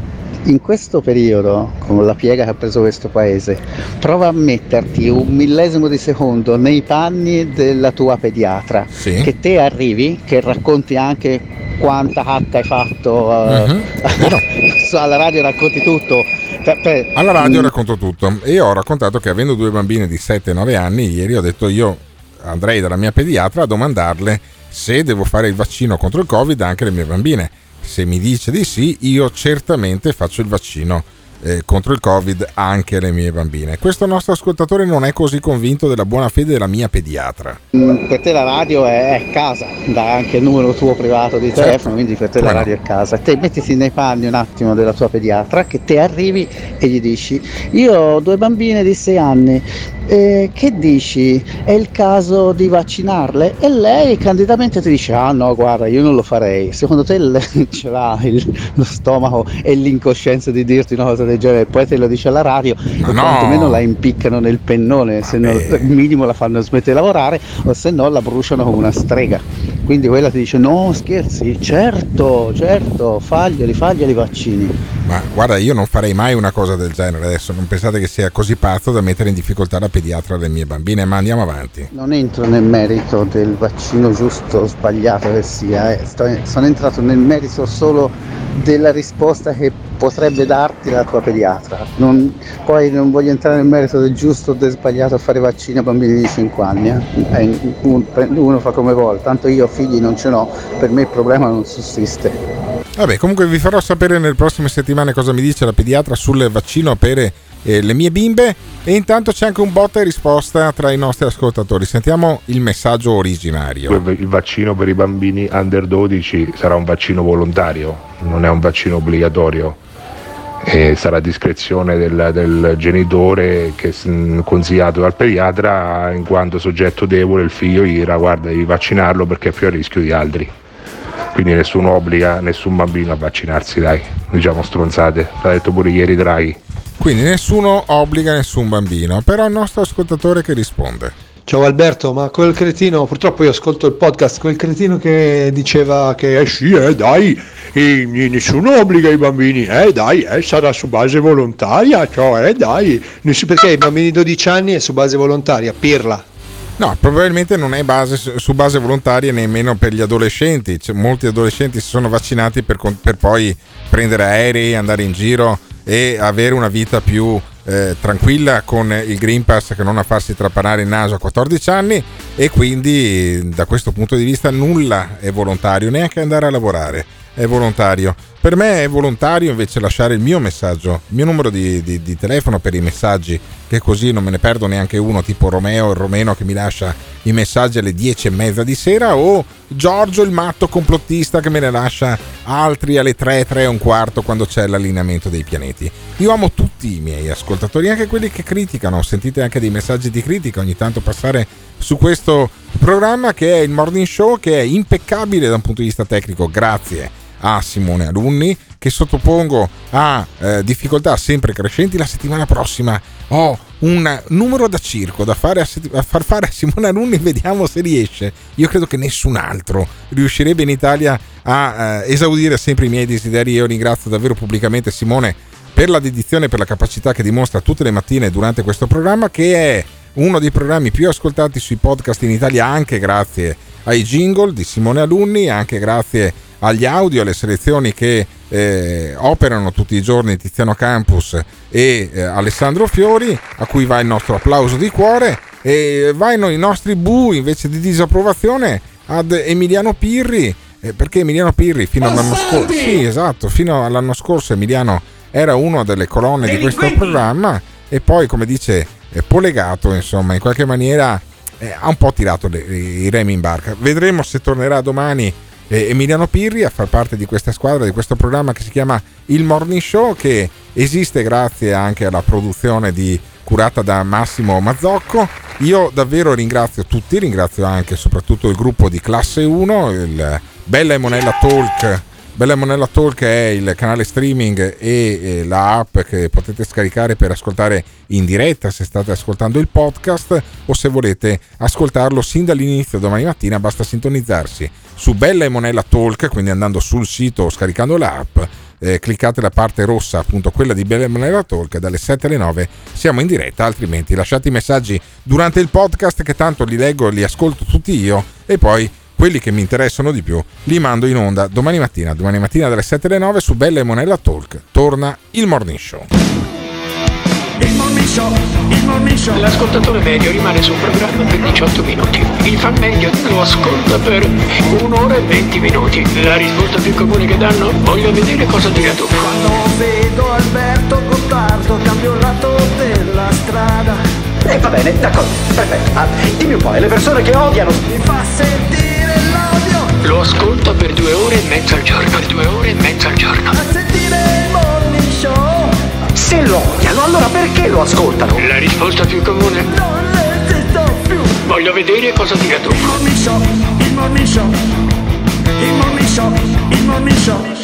in questo periodo, con la piega che ha preso questo paese, prova a metterti un millesimo di secondo nei panni della tua pediatra, sì. Che te arrivi, che racconti anche quanta cacca hai fatto, uh, Mhm. alla radio racconti tutto. Per, per, Alla radio mm, racconto tutto e ho raccontato che avendo due bambine di sette e nove anni, ieri ho detto io andrei dalla mia pediatra a domandarle se devo fare il vaccino contro il Covid anche alle mie bambine. Se mi dice di sì, io certamente faccio il vaccino eh, contro il Covid anche alle mie bambine. Questo nostro ascoltatore non è così convinto della buona fede della mia pediatra. Mm, Per te la radio è, è casa, dà anche il numero tuo privato di telefono, Certo. quindi per te Come la no? radio è casa. Te mettiti nei panni un attimo della tua pediatra, che te arrivi e gli dici: io ho due bambine di sei anni, eh, che dici? È il caso di vaccinarle? E lei candidamente ti dice: ah no, guarda, io non lo farei. Secondo te lei ce l'ha il- lo stomaco e l'incoscienza di dirti una cosa del genere, e poi te lo dice alla radio e no. quantomeno la impiccano nel pennone, se non, al minimo la fanno smettere di lavorare, o se no la bruciano come una strega. Quindi quella ti dice: no, scherzi, certo, certo, faglieli, faglieli i vaccini. Ma guarda, io non farei mai una cosa del genere adesso, non pensate che sia così pazzo da mettere in difficoltà la pediatra delle mie bambine, ma andiamo avanti. Non entro nel merito del vaccino giusto o sbagliato che sia, eh. Sto- sono entrato nel merito solo della risposta che potrebbe darti la tua pediatra. Non- poi non voglio entrare nel merito del giusto o del sbagliato a fare vaccini a bambini di cinque anni. eh. Eh, un- uno fa come vuole, tanto io figli non ce n'ho, per me il problema non sussiste. Vabbè, comunque vi farò sapere nelle prossime settimane cosa mi dice la pediatra sul vaccino per eh, le mie bimbe, e intanto c'è anche un botta e risposta tra i nostri ascoltatori. Sentiamo il messaggio originario. Il vaccino per i bambini under dodici sarà un vaccino volontario, non è un vaccino obbligatorio, e sarà a discrezione del, del genitore, che è consigliato dal pediatra, in quanto soggetto debole il figlio gli dirà: guarda, devi vaccinarlo perché è più a rischio di altri. Quindi nessuno obbliga nessun bambino a vaccinarsi, dai, diciamo stronzate, l'ha detto pure ieri Draghi. Quindi nessuno obbliga nessun bambino, però il nostro ascoltatore che risponde. Ciao Alberto, ma quel cretino, purtroppo io ascolto il podcast, quel cretino che diceva che eh sì, eh dai, eh, nessuno obbliga i bambini, eh dai, eh, sarà su base volontaria, cioè eh dai, Ness- perché i bambini di dodici anni è su base volontaria, pirla. No, probabilmente non è base, su base volontaria nemmeno per gli adolescenti. Cioè, molti adolescenti si sono vaccinati per, con- per poi prendere aerei, andare in giro e avere una vita più eh, tranquilla con il Green Pass, che non a farsi trapanare il naso a quattordici anni, e quindi da questo punto di vista nulla è volontario, neanche andare a lavorare è volontario. Per me è volontario invece lasciare il mio messaggio, il mio numero di, di, di telefono per i messaggi, che così non me ne perdo neanche uno, tipo Romeo il Romeno che mi lascia i messaggi alle dieci e mezza di sera, o Giorgio il matto complottista che me ne lascia altri alle tre, tre e un quarto, quando c'è l'allineamento dei pianeti. Io amo tutti i miei ascoltatori, anche quelli che criticano. Sentite anche dei messaggi di critica ogni tanto passare su questo programma, che è il Morning Show, che è impeccabile da un punto di vista tecnico, grazie a Simone Alunni, che sottopongo a eh, difficoltà sempre crescenti. La settimana prossima ho un numero da circo da fare a, sett- a far fare a Simone Alunni, vediamo se riesce. Io credo che nessun altro riuscirebbe in Italia a eh, esaudire sempre i miei desideri. Io ringrazio davvero pubblicamente Simone per la dedizione e per la capacità che dimostra tutte le mattine durante questo programma, che è uno dei programmi più ascoltati sui podcast in Italia, anche grazie ai jingle di Simone Alunni, anche grazie agli audio, alle selezioni che eh, operano tutti i giorni Tiziano Campus e eh, Alessandro Fiori, a cui va il nostro applauso di cuore, e vanno i nostri bu invece di disapprovazione ad Emiliano Pirri, eh, perché Emiliano Pirri fino all'anno scorso, sì, esatto, fino all'anno scorso Emiliano era una delle colonne di questo programma, e poi, come dice eh, Polegato, insomma, in qualche maniera eh, ha un po' tirato le, i remi in barca. Vedremo se tornerà domani eh, Emiliano Pirri a far parte di questa squadra, di questo programma che si chiama Il Morning Show, che esiste grazie anche alla produzione di curata da Massimo Mazzocco. Io davvero ringrazio tutti, ringrazio anche e soprattutto il gruppo di Classe uno, il Bella e Monella Talk. Bella e Monella Talk è il canale streaming e eh, la app che potete scaricare per ascoltare in diretta se state ascoltando il podcast, o se volete ascoltarlo sin dall'inizio domani mattina basta sintonizzarsi su Bella e Monella Talk, quindi andando sul sito o scaricando l'app, eh, cliccate la parte rossa, appunto quella di Bella e Monella Talk, dalle sette alle nove siamo in diretta, altrimenti lasciate i messaggi durante il podcast che tanto li leggo, li ascolto tutti io e poi quelli che mi interessano di più li mando in onda domani mattina, domani mattina dalle sette alle nove su Bella e Monella Talk. Torna il Morning Show. Il Morning Show, il Morning Show. L'ascoltatore medio rimane sul programma per diciotto minuti. Il fan medio lo ascolta per un'ora e venti minuti. La risposta più comune che danno: voglio vedere cosa dirà tu. Quando vedo Alberto Gottardo cambio il lato della strada. E eh, va bene, d'accordo, perfetto. Ah, dimmi un po', e le persone che odiano? Mi fa sentire l'odio. Lo ascolta per due ore e mezza al giorno. Per due ore e mezza al giorno. A sentire il Morning Show. Se lo odiano, allora perché lo ascoltano? La risposta più comune: non esisto più. Voglio vedere cosa dirà tu. Il Morning Show, il Morning Show, il Morning Show, il Morning Show.